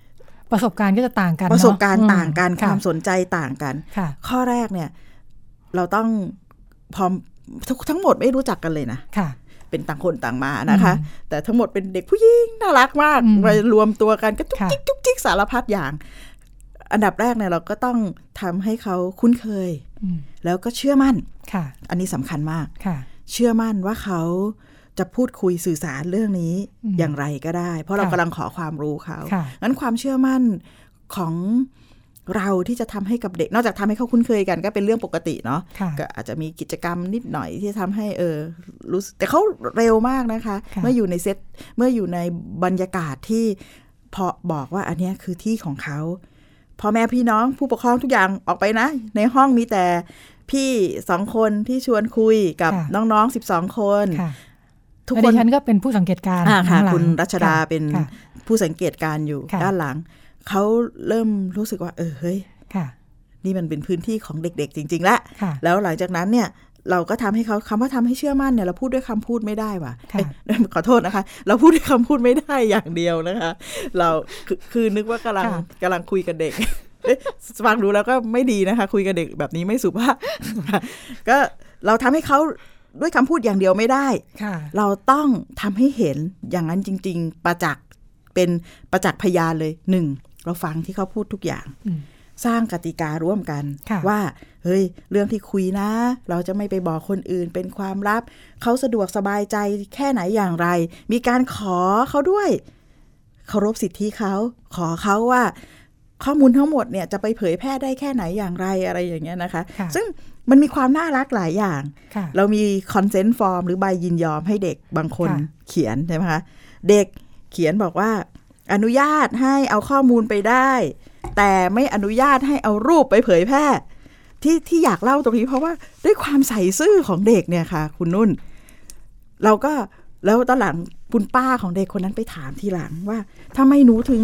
ประสบการณ์ก็จะต่างกันประสบการณ์ต่างกันความสนใจต่างกันข้อแรกเนี่ยเราต้องพร้อมทั้งหมดไม่รู้จักกันเลยนะเป็นต่างคนต่างมานะคะแต่ทั้งหมดเป็นเด็กผู้หญิงน่ารักมากมารวมตัวกันก็จุกจิกจุกจิกสารพัดอย่างอันดับแรกเนี่ยเราก็ต้องทำให้เขาคุ้นเคยแล้วก็เชื่อมั่นอันนี้สำคัญมากเชื่อมั่นว่าเขาจะพูดคุยสื่อสารเรื่องนี้อย่างไรก็ได้เพราะเรากำลังขอความรู้เขางั้นความเชื่อมั่นของเราที่จะทำให้กับเด็กนอกจากทำให้เขาคุ้นเคยกันก็เป็นเรื่องปกติเนาะก็อาจจะมีกิจกรรมนิดหน่อยที่ทำให้รู้แต่เขาเร็วมากนะคะเมื่ออยู่ในเซตเมื่ออยู่ในบรรยากาศที่พอบอกว่าอันนี้คือที่ของเขาพ่อแม่พี่น้องผู้ปกครองทุกอย่างออกไปนะในห้องมีแต่พี่2คนที่ชวนคุยกับน้องๆ12คนทุกคนฉันก็เป็นผู้สังเกตการณ์ค่ะคุณรัชดาเป็นผู้สังเกตการณ์อยู่ด้านหลังเขาเริ่มรู้สึกว่าเฮ้ยนี่มันเป็นพื้นที่ของเด็กๆจริงๆแล้วหลังจากนั้นเนี่ยเราก็ทำให้เขาคำว่าทำให้เชื่อมั่นเนี่ยเราพูดด้วยคำพูดไม่ได้ว่ะขอโทษนะคะเราพูดด้วยคำพูดไม่ได้อย่างเดียวนะคะเราคือนึกว่ากำลังคุยกับเด็กฟังดูแล้วก็ไม่ดีนะคะคุยกับเด็กแบบนี้ไม่สุภาพก็เราทำให้เขาด้วยคำพูดอย่างเดียวไม่ได้เราต้องทำให้เห็นอย่างนั้นจริงๆประจักษ์เป็นประจักษ์พยานเลย1เราฟังที่เขาพูดทุกอย่างสร้างกติการ่วมกันว่าเฮ้ยเรื่องที่คุยนะเราจะไม่ไปบอกคนอื่นเป็นความลับเขาสะดวกสบายใจแค่ไหนอย่างไรมีการขอเขาด้วยเคารพสิทธิเขาขอเขาว่าข้อมูลทั้งหมดเนี่ยจะไปเผยแพร่ได้แค่ไหนอย่างไรอะไรอย่างเงี้ยนะคะซึ่งมันมีความน่ารักหลายอย่างเรามี consent form หรือใบยินยอมให้เด็กบางคนเขียนใช่ไหมคะเด็กเขียนบอกว่าอนุญาตให้เอาข้อมูลไปได้แต่ไม่อนุญาตให้เอารูปไปเผยแพร่ที่อยากเล่าตรงนี้เพราะว่าด้วยความใส่ซื่อของเด็กเนี่ยค่ะคุณนุ่นเราก็แล้วตอนหลังคุณป้าของเด็กคนนั้นไปถามทีหลังว่าทำไมหนูถึง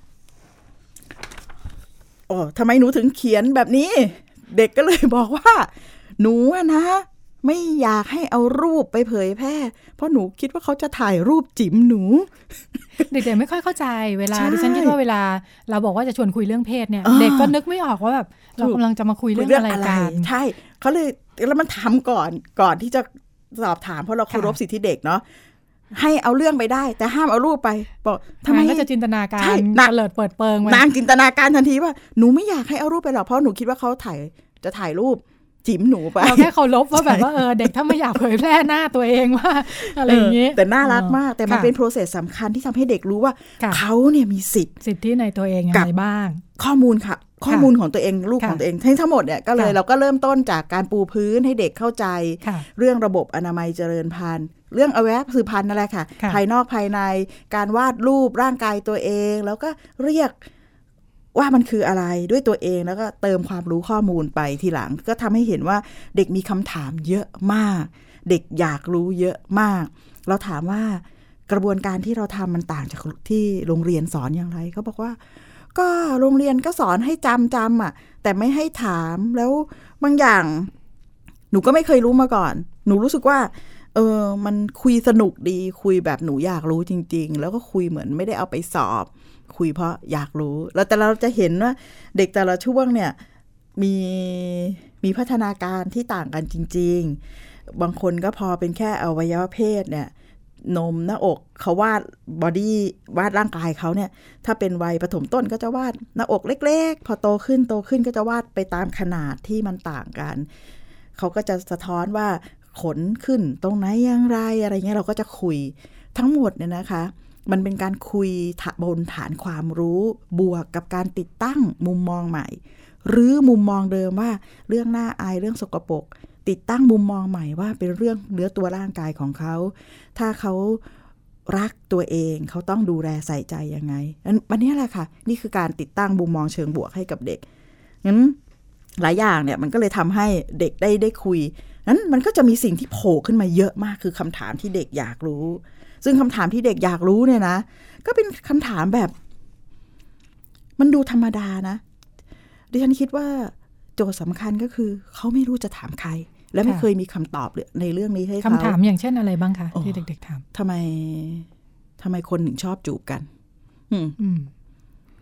เขียนแบบนี้เด็กก็เลยบอกว่าหนูนะไม่อยากให้เอารูปไปเผยแพร่เพราะหนูคิดว่าเขาจะถ่ายรูปจิ๋มหนูเด็กๆไม่ค่อยเข้าใจเวลาดิฉันคิดว่าเวลาเราบอกว่าจะชวนคุยเรื่องเพศเนี่ยเด็กก็นึกไม่ออกว่าแบบเรากำลังจะมาคุยเรื่องอะไรกันใช่เขาเลยแล้วมันทำก่อนที่จะสอบถามเพราะเราเคารพสิทธิเด็กเนาะให้เอาเรื่องไปได้แต่ห้ามเอารูปไปบอกทำไมก็จะจินตนาการเลิดเปิดเปิงนางจินตนาการทันทีว่าหนูไม่อยากให้เอารูปไปหรอกเพราะหนูคิดว่าเขาจะถ่ายรูปจิ๋มหนูไปเราแค่เคารพว่าแบบว่าเด็กถ้าไม่อยากเผยแพร่หน้าตัวเองว่าอะไรอย่างนี้แต่น่ารักมากแต่มันเป็น process สำคัญที่ทำให้เด็กรู้ว่าเขาเนี่ยมีสิทธิในตัวเองยังไงบ้างข้อมูลของตัวเองลูกของตัวเองทั้งหมดเนี่ยก็เลยเราก็เริ่มต้นจากการปูพื้นให้เด็กเข้าใจเรื่องระบบอนามัยเจริญพันธุ์เรื่องอวัยวะสืบพันธุ์นั่นแหละค่ะภายนอกภายในการวาดรูปร่างกายตัวเองแล้วก็เรียกว่ามันคืออะไรด้วยตัวเองแล้วก็เติมความรู้ข้อมูลไปทีหลังก็ทำให้เห็นว่าเด็กมีคำถามเยอะมากเด็กอยากรู้เยอะมากเราถามว่ากระบวนการที่เราทำมันต่างจากที่โรงเรียนสอนอย่างไรเขาบอกว่าก็โรงเรียนก็สอนให้จำอ่ะแต่ไม่ให้ถามแล้วบางอย่างหนูก็ไม่เคยรู้มาก่อนหนูรู้สึกว่ามันคุยสนุกดีคุยแบบหนูอยากรู้จริงๆแล้วก็คุยเหมือนไม่ได้เอาไปสอบคุยเพราะอยากรู้แล้วแต่เราจะเห็นว่าเด็กแต่ละช่วงเนี่ยมีพัฒนาการที่ต่างกันจริงๆบางคนก็พอเป็นแค่อวัยวะเพศเนี่ยนมหน้าอกเขาวาดบอดี้วาดร่างกายเขาเนี่ยถ้าเป็นวัยประถมต้นก็จะวาดหน้าอกเล็กๆพอโตขึ้นก็จะวาดไปตามขนาดที่มันต่างกันเขาก็จะสะท้อนว่าขนขึ้นตรงไหนอย่างไรอะไรเงี้ยเราก็จะคุยทั้งหมดเนี่ยนะคะมันเป็นการคุยบนฐานความรู้บวกกับการติดตั้งมุมมองใหม่หรือมุมมองเดิมว่าเรื่องน่าอายเรื่องสกปรกติดตั้งมุมมองใหม่ว่าเป็นเรื่องเนื้อตัวร่างกายของเขาถ้าเขารักตัวเองเขาต้องดูแลใส่ใจยังไงวันนี้แหละค่ะนี่คือการติดตั้งมุมมองเชิงบวกให้กับเด็กงั้นหลายอย่างเนี่ยมันก็เลยทำให้เด็กได้คุยนั้นมันก็จะมีสิ่งที่โผล่ขึ้นมาเยอะมากคือคำถามที่เด็กอยากรู้ซึ่งคำถามที่เด็กอยากรู้เนี่ยนะก็เป็นคำถามแบบมันดูธรรมดานะดิฉันคิดว่าโจทย์สำคัญก็คือเขาไม่รู้จะถามใครและไม่เคยมีคำตอบในเรื่องนี้ให้เขาคำถามอย่างเช่นอะไรบ้างคะที่เด็กๆถามทำไมคนถึงชอบจูบกัน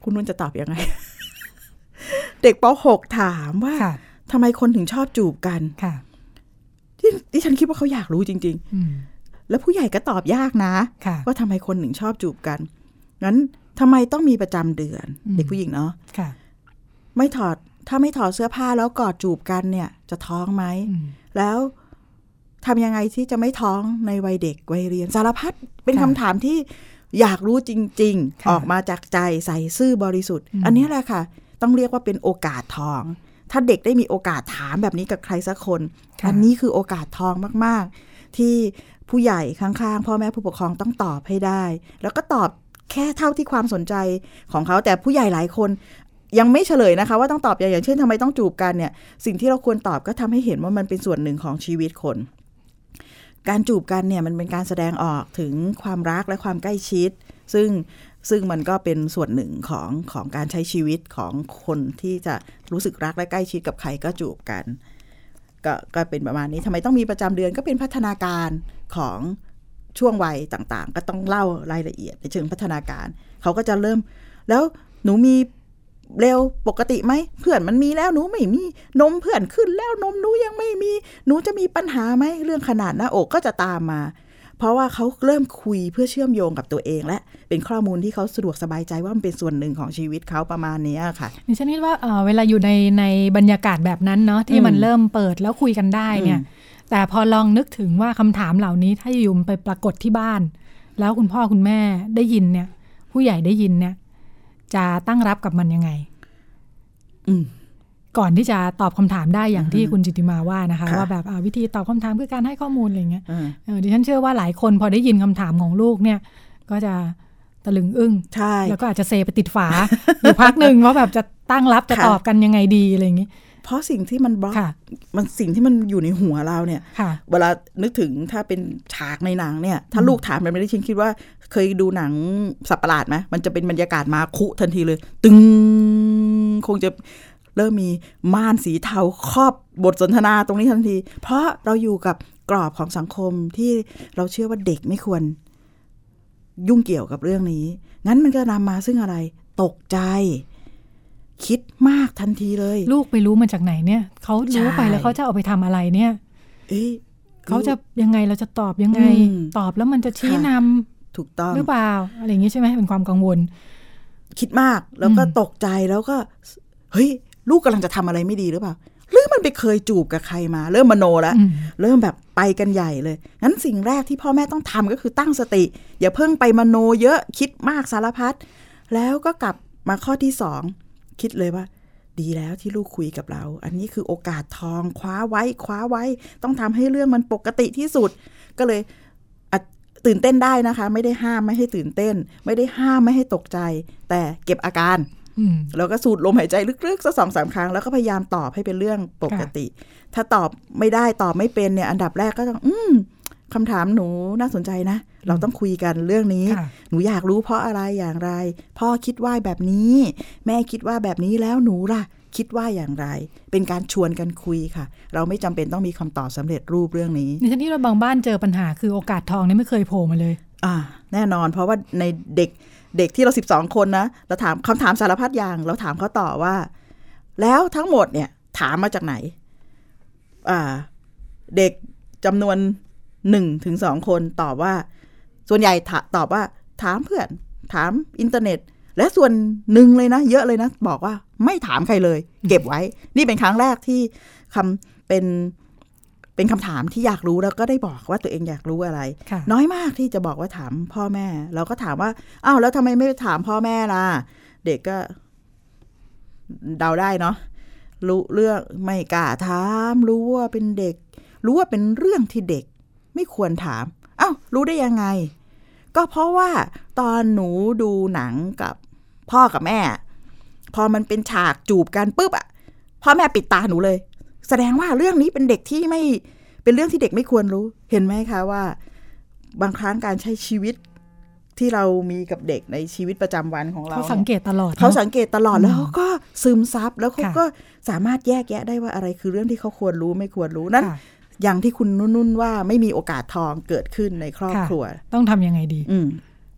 คุณนุ่นจะตอบยังไง เด็กป.6 ถามว่าทำไมคนถึงชอบจูบกันที่ฉันคิดว่าเขาอยากรู้จริงๆแล้วผู้ใหญ่ก็ตอบยากนะว่าทำไมคนถึงชอบจูบกันงั้นทำไมต้องมีประจำเดือนเด็กผู้หญิงเนาะถ้าไม่ถอดเสื้อผ้าแล้วกอดจูบกันเนี่ยจะท้องไหมแล้วทำยังไงที่จะไม่ท้องในวัยเด็กวัยเรียนสารพัดเป็นคำถามที่อยากรู้จริงๆออกมาจากใจใส่ซื่อบริสุทธิ์อันนี้แหละค่ะต้องเรียกว่าเป็นโอกาสทองถ้าเด็กได้มีโอกาสถามแบบนี้กับใครสักคนอันนี้คือโอกาสทองมากๆที่ผู้ใหญ่ข้างๆพ่อแม่ผู้ปกครองต้องตอบให้ได้แล้วก็ตอบแค่เท่าที่ความสนใจของเขาแต่ผู้ใหญ่หลายคนยังไม่เฉลยนะคะว่าต้องตอบอย่างเช่นทำไมต้องจูบกันเนี่ยสิ่งที่เราควรตอบก็ทำให้เห็นว่ามันเป็นส่วนหนึ่งของชีวิตคนการจูบกันเนี่ยมันเป็นการแสดงออกถึงความรักและความใกล้ชิดซึ่งมันก็เป็นส่วนหนึ่งของการใช้ชีวิตของคนที่จะรู้สึกรักและใกล้ชิดกับใครก็จูบกันก็เป็นประมาณนี้ทำไมต้องมีประจำเดือนก็เป็นพัฒนาการของช่วงวัยต่างๆก็ต้องเล่ารายละเอียดในเชิงพัฒนาการเขาก็จะเริ่มแล้วหนูมีเร็วปกติไหมเพื่อนมันมีแล้วหนูไม่มีนมเพื่อนขึ้นแล้วนมหนูยังไม่มีหนูจะมีปัญหาไหมเรื่องขนาดหน้าอกก็จะตามมาเพราะว่าเขาเริ่มคุยเพื่อเชื่อมโยงกับตัวเองและเป็นข้อมูลที่เขาสะดวกสบายใจว่ามันเป็นส่วนหนึ่งของชีวิตเขาประมาณนี้ค่ะดิฉันคิดว่าเวลาอยู่ในบรรยากาศแบบนั้นเนาะที่มันเริ่มเปิดแล้วคุยกันได้เนี่ยแต่พอลองนึกถึงว่าคำถามเหล่านี้ถ้าอยู่ไปปรากฏที่บ้านแล้วคุณพ่อคุณแม่ได้ยินเนี่ยผู้ใหญ่ได้ยินเนี่ยจะตั้งรับกับมันยังไงก่อนที่จะตอบคำถามได้อย่างที่คุณจิตติมาว่านะคะว่าแบบวิธีตอบคำถามคือการให้ข้อมูลอะไรเงี้ยดิฉันเชื่อว่าหลายคนพอได้ยินคำถามของลูกเนี่ยก็จะตะลึงอึ้งแล้วก็อาจจะเซไปติดฝา อยู่พักหนึ่งว่าแบบจะตั้งรับจะตอบกันยังไงดีอะไรอย่างงี้เพราะสิ่งที่มันบล็อกมันสิ่งที่มันอยู่ในหัวเราเนี่ยเวลานึกถึงถ้าเป็นฉากในหนังเนี่ยถ้าลูกถามมันไม่ได้ชินคิดว่าเคยดูหนังสัตว์ประหลาดไหมมันจะเป็นบรรยากาศมาคุทันทีเลยตึงคงจะเริ่มมีม่านสีเทาครอบบทสนทนาตรงนี้ทันทีเพราะเราอยู่กับกรอบของสังคมที่เราเชื่อว่าเด็กไม่ควรยุ่งเกี่ยวกับเรื่องนี้งั้นมันจะนำมาซึ่งอะไรตกใจคิดมากทันทีเลยลูกไปรู้มาจากไหนเนี่ยเขารู้ไปแล้วเขาจะเอาไปทำอะไรเนี่ยเขาจะยังไงเราจะตอบยังไงตอบแล้วมันจะชี้นำถูกต้องหรือเปล่าอะไรอย่างนี้ใช่ไหมเป็นความกังวลคิดมากแล้วก็ตกใจแล้วก็เฮ้ยลูกกำลังจะทำอะไรไม่ดีหรือเปล่าหรือมันไปเคยจูบกับใครมาเริ่มมโนแล้วเริ่มแบบไปกันใหญ่เลยงั้นสิ่งแรกที่พ่อแม่ต้องทำก็คือตั้งสติอย่าเพิ่งไปมโนเยอะคิดมากสารพัดแล้วก็กลับมาข้อที่2คิดเลยว่าดีแล้วที่ลูกคุยกับเราอันนี้คือโอกาสทองคว้าไว้ต้องทำให้เรื่องมันปกติที่สุดก็เลยตื่นเต้นได้นะคะไม่ได้ห้ามไม่ให้ตื่นเต้นไม่ได้ห้ามไม่ให้ตกใจแต่เก็บอาการแล้วก็สูดลมหายใจลึกๆสัก 2-3 ครั้งแล้วก็พยายามตอบให้เป็นเรื่องปกติถ้าตอบไม่ได้ตอบไม่เป็นเนี่ยอันดับแรกก็ต้องคำถามหนูน่าสนใจนะเราต้องคุยกันเรื่องนี้หนูอยากรู้เพราะอะไรอย่างไรพ่อคิดว่าแบบนี้แม่คิดว่าแบบนี้แล้วหนูล่ะคิดว่าอย่างไรเป็นการชวนกันคุยค่ะเราไม่จำเป็นต้องมีคำตอบสำเร็จรูปเรื่องนี้ในที่เราบางบ้านเจอปัญหาคือโอกาสทองนี่ไม่เคยโผล่มาเลยแน่นอนเพราะว่าในเด็กที่เรา12คนนะเราถามคำถามสารพัดอย่างเราถามเขาต่อว่าแล้วทั้งหมดเนี่ยถามมาจากไหนเด็กจำนวน 1-2 คนตอบว่าส่วนใหญ่ตอบว่าถามเพื่อนถามอินเทอร์เน็ตและส่วนหนึ่งเลยนะเยอะเลยนะบอกว่าไม่ถามใครเลยเก็บไว้นี่เป็นครั้งแรกที่เป็นคำถามที่อยากรู้แล้วก็ได้บอกว่าตัวเองอยากรู้อะไรน้อยมากที่จะบอกว่าถามพ่อแม่เราก็ถามว่าอ้าวแล้วทำไมไม่ถามพ่อแม่ล่ะเด็กก็เดาได้เนาะรู้เรื่องไม่กล้าถามรู้ว่าเป็นเด็กรู้ว่าเป็นเรื่องที่เด็กไม่ควรถามอ้าวรู้ได้ยังไงก็เพราะว่าตอนหนูดูหนังกับพ่อกับแม่พอมันเป็นฉากจูบกันปุ๊บพ่อแม่ปิดตาหนูเลยแสดงว่าเรื่องนี้เป็นเด็กที่ไม่เป็นเรื่องที่เด็กไม่ควรรู้เห็นไหมคะว่าบางครั้งการใช้ชีวิตที่เรามีกับเด็กในชีวิตประจำวันของเราเขาสังเกตตลอดแล้วเขาก็ซึมซับแล้วเขาก็สามารถแยกแยะได้ว่าอะไรคือเรื่องที่เขาควรรู้ไม่ควรรู้นั่นอย่างที่คุณนุ่นว่าไม่มีโอกาสทองเกิดขึ้นในครอบครัวต้องทำยังไงดี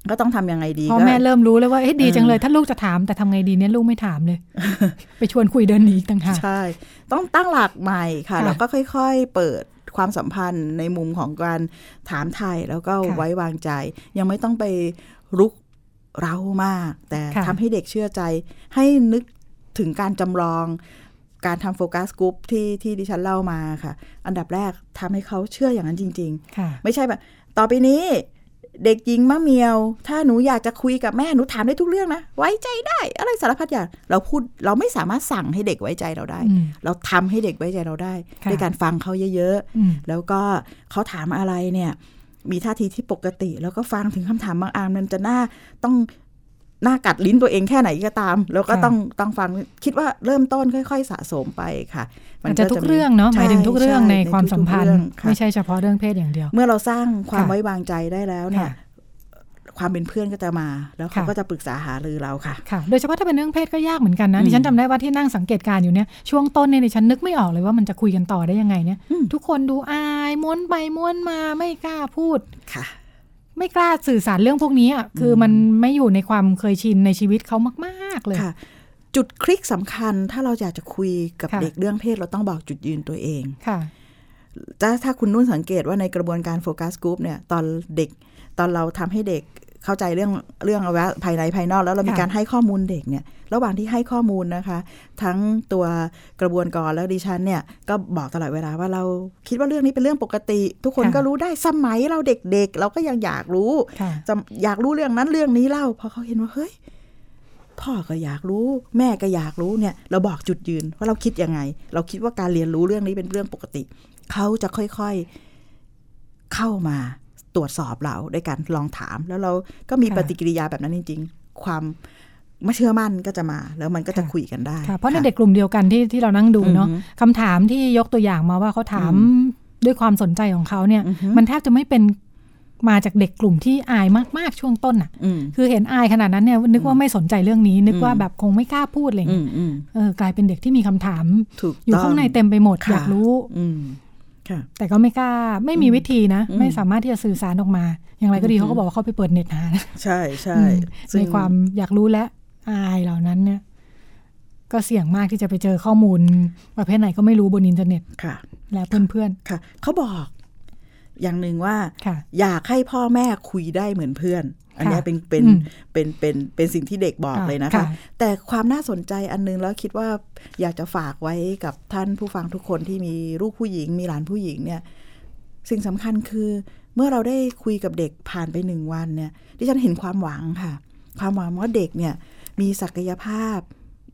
ก็ต้องทำยังไงดีพ่อแม่เริ่มรู้แล้วว่าดีจังเลยถ้าลูกจะถามแต่ทำไงดีเนี่ยลูกไม่ถามเลย ไปชวนคุยเดินหนีต่างหากใช่ต้องตั้งหลักใหม่ค่ะแล้วก็ค่อยๆเปิดความสัมพันธ์ในมุมของการถามไทยแล้วก็ไว้วางใจยังไม่ต้องไปรุกเร้ามากแต่ทำให้เด็กเชื่อใจให้นึกถึงการจำลองการทำโฟกัสกรุ๊ปที่ดิฉันเล่ามาค่ะอันดับแรกทำให้เขาเชื่ออย่างนั้นจริงๆไม่ใช่แบบต่อไปนี้เด็กหญิงมะเมียวถ้าหนูอยากจะคุยกับแม่หนูถามได้ทุกเรื่องนะไว้ใจได้อะไรสารพัดอย่างเราไม่สามารถสั่งให้เด็กไว้ใจเราได้เราทำให้เด็กไว้ใจเราได้ด้วยการฟังเขาเยอะๆแล้วก็เขาถามอะไรเนี่ยมีท่าทีที่ปกติแล้วก็ฟังถึงคำถามบางอันมันจะต้องหน้ากัดลิ้นตัวเองแค่ไหนก็ตามแล้วก็ต้องฟังคิดว่าเริ่มต้นค่อยๆสะสมไปค่ะมันจะทุกเรื่องเนาะหมายถึงทุกเรื่องในความสัมพันธ์ไม่ใช่เฉพาะเรื่องเพศอย่างเดียวเมื่อเราสร้างความไว้วางใจได้แล้วเนี่ยความเป็นเพื่อนก็จะมาแล้วเขาก็จะปรึกษาหารือเราค่ะโดยเฉพาะถ้าเป็นเรื่องเพศก็ยากเหมือนกันนะดิฉันจำได้ว่าที่นั่งสังเกตการอยู่เนี่ยช่วงต้นเนี่ยดิฉันนึกไม่ออกเลยว่ามันจะคุยกันต่อได้ยังไงเนี่ยทุกคนดูอายม้วนไปม้วนมาไม่กล้าพูดค่ะไม่กล้าสื่อสารเรื่องพวกนี้คือมันไม่อยู่ในความเคยชินในชีวิตเขามากๆเลยค่ะจุดคลิกสำคัญถ้าเราอยากจะคุยกับเด็กเรื่องเพศเราต้องบอกจุดยืนตัวเองค่ะถ้าคุณนุ่นสังเกตว่าในกระบวนการโฟกัสกรุ๊ปเนี่ยตอนเราทำให้เด็กเข้าใจเรื่องอวัยวะภายในภายนอกแล้วเรามีการให้ข้อมูลเด็กเนี่ยระหว่างที่ให้ข้อมูลนะคะทั้งตัวกระบวนการแล้วดิฉันเนี่ยก็บอกตลอดเวลาว่าเราคิดว่าเรื่องนี้เป็นเรื่องปกติทุกคนก็รู้ได้สมัยเราเด็กๆเราก็ยังอยากรู้อยากรู้เรื่องนั้นเรื่องนี้เล่าพอเขาเห็นว่าเฮ้ยพ่อก็อยากรู้แม่ก็อยากรู้เนี่ยเราบอกจุดยืนว่าเราคิดยังไงเราคิดว่าการเรียนรู้เรื่องนี้เป็นเรื่องปกติเขาจะค่อยๆเข้ามาตรวจสอบเราด้วยการลองถามแล้วเราก็มีปฏิกิริยาแบบนั้นจริงๆความไม่เชื่อมั่นก็จะมาแล้วมันก็จะคุยกันได้เพราะในเด็กกลุ่มเดียวกันที่เรานั่งดูเนาะคำถามที่ยกตัวอย่างมาว่าเขาถามด้วยความสนใจของเขาเนี่ยมันแทบจะไม่เป็นมาจากเด็กกลุ่มที่อายมากๆช่วงต้นอ่ะคือเห็นอายขนาดนั้นเนี่ยนึกว่าไม่สนใจเรื่องนี้นึกว่าแบบคงไม่กล้าพูดอะไรอย่างเงี้ยกลายเป็นเด็กที่มีคำถามอยู่ข้างในเต็มไปหมดอยากรู้แต่ก็ไม่กล้าไม่มีวิธีนะไม่สามารถที่จะสื่อสารออกมาอย่างไรก็ดีเขาก็บอกว่าเขาไปเปิดเน็ตหานะใช่ใช่ในความอยากรู้และอายเหล่านั้นเนี่ยก็เสี่ยงมากที่จะไปเจอข้อมูลประเภทไหนก็ไม่รู้บนอินเทอร์เน็ตและเพื่อนๆค่ะเขาบอกอย่างหนึ่งว่าอยากให้พ่อแม่คุยได้เหมือนเพื่อนอันนี้เป็นสิ่งที่เด็กบอกเลยนะคะแต่ความน่าสนใจอันนึงแล้วคิดว่าอยากจะฝากไว้กับท่านผู้ฟังทุกคนที่มีลูกผู้หญิงมีหลานผู้หญิงเนี่ยสิ่งสำคัญคือเมื่อเราได้คุยกับเด็กผ่านไป1 วันเนี่ยดิฉันเห็นความหวังค่ะความหวังว่าเด็กเนี่ยมีศักยภาพ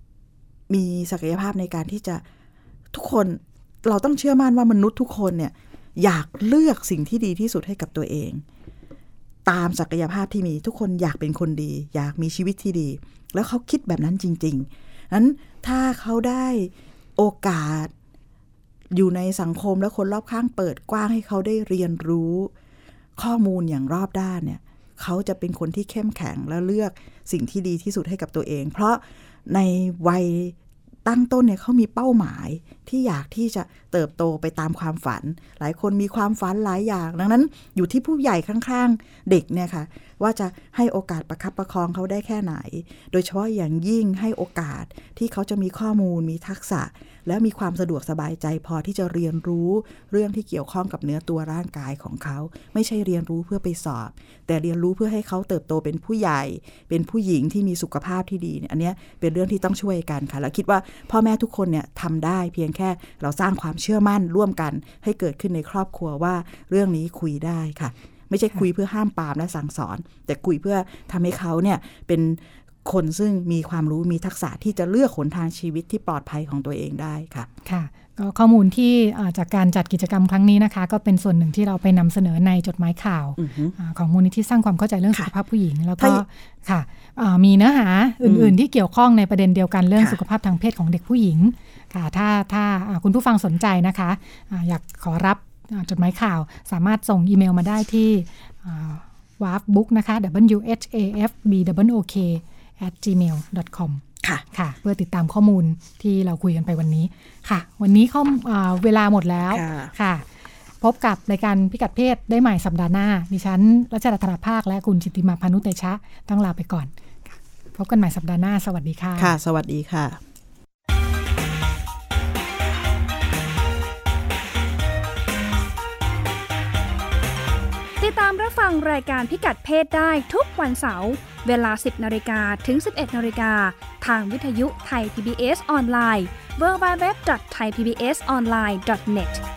ในการที่จะทุกคนเราต้องเชื่อมั่นว่ามนุษย์ทุกคนเนี่ยอยากเลือกสิ่งที่ดีที่สุดให้กับตัวเองตามศักยภาพที่มีทุกคนอยากเป็นคนดีอยากมีชีวิตที่ดีแล้วเขาคิดแบบนั้นจริงๆนั้นถ้าเขาได้โอกาสอยู่ในสังคมและคนรอบข้างเปิดกว้างให้เขาได้เรียนรู้ข้อมูลอย่างรอบด้านเนี่ยเขาจะเป็นคนที่เข้มแข็งและเลือกสิ่งที่ดีที่สุดให้กับตัวเองเพราะในวัยตั้งต้นเนี่ยเขามีเป้าหมายที่อยากที่จะเติบโตไปตามความฝันหลายคนมีความฝันหลายอย่างดังนั้นอยู่ที่ผู้ใหญ่ข้างๆเด็กเนี่ยค่ะว่าจะให้โอกาสประคับประคองเขาได้แค่ไหนโดยเฉพาะอย่างยิ่งให้โอกาสที่เขาจะมีข้อมูลมีทักษะและมีความสะดวกสบายใจพอที่จะเรียนรู้เรื่องที่เกี่ยวข้องกับเนื้อตัวร่างกายของเขาไม่ใช่เรียนรู้เพื่อไปสอบแต่เรียนรู้เพื่อให้เขาเติบโตเป็นผู้ใหญ่เป็นผู้หญิงที่มีสุขภาพที่ดีอันนี้เป็นเรื่องที่ต้องช่วยกันค่ะแล้วคิดว่าพ่อแม่ทุกคนเนี่ยทำได้เพียงแค่เราสร้างความเชื่อมั่นร่วมกันให้เกิดขึ้นในครอบครัวว่าเรื่องนี้คุยได้ค่ะไม่ใช่คุยเพื่อห้ามปรามและสั่งสอนแต่คุยเพื่อทำให้เขาเนี่ยเป็นคนซึ่งมีความรู้มีทักษะที่จะเลือกหนทางชีวิตที่ปลอดภัยของตัวเองได้ค่ะค่ะก็ข้อมูลที่จากการจัดกิจกรรมครั้งนี้นะคะก็เป็นส่วนหนึ่งที่เราไปนำเสนอในจดหมายข่าวของมูลนิธิสร้างความเข้าใจเรื่องสุขภาพผู้หญิงแล้วก็ค่ะมีเนื้อหาอื่นๆที่เกี่ยวข้องในประเด็นเดียวกันเรื่องสุขภาพทางเพศของเด็กผู้หญิงค่ะถ้าคุณผู้ฟังสนใจนะคะอยากขอรับจดหมายข่าวสามารถส่งอีเมลมาได้ที่ wafbook นะคะ whafbook@gmail.com ค่ะเพื่อติดตามข้อมูลที่เราคุยกันไปวันนี้ค่ะวันนี้เวลาหมดแล้วค่ะพบกับรายการพิกัดเพศได้ใหม่สัปดาห์หน้าดิฉันรัชดาธราภาคและคุณจิตติมาพานุเตชะต้องลาไปก่อนพบกันใหม่สัปดาห์หน้าสวัสดีค่ะค่ะสวัสดีค่ะติดตามรับฟังรายการพิกัดเพศได้ทุกวันเสาร์เวลา 10:00 นถึง 11:00 นทางวิทยุไทย PBS ออนไลน์ www.thaipbsonline.net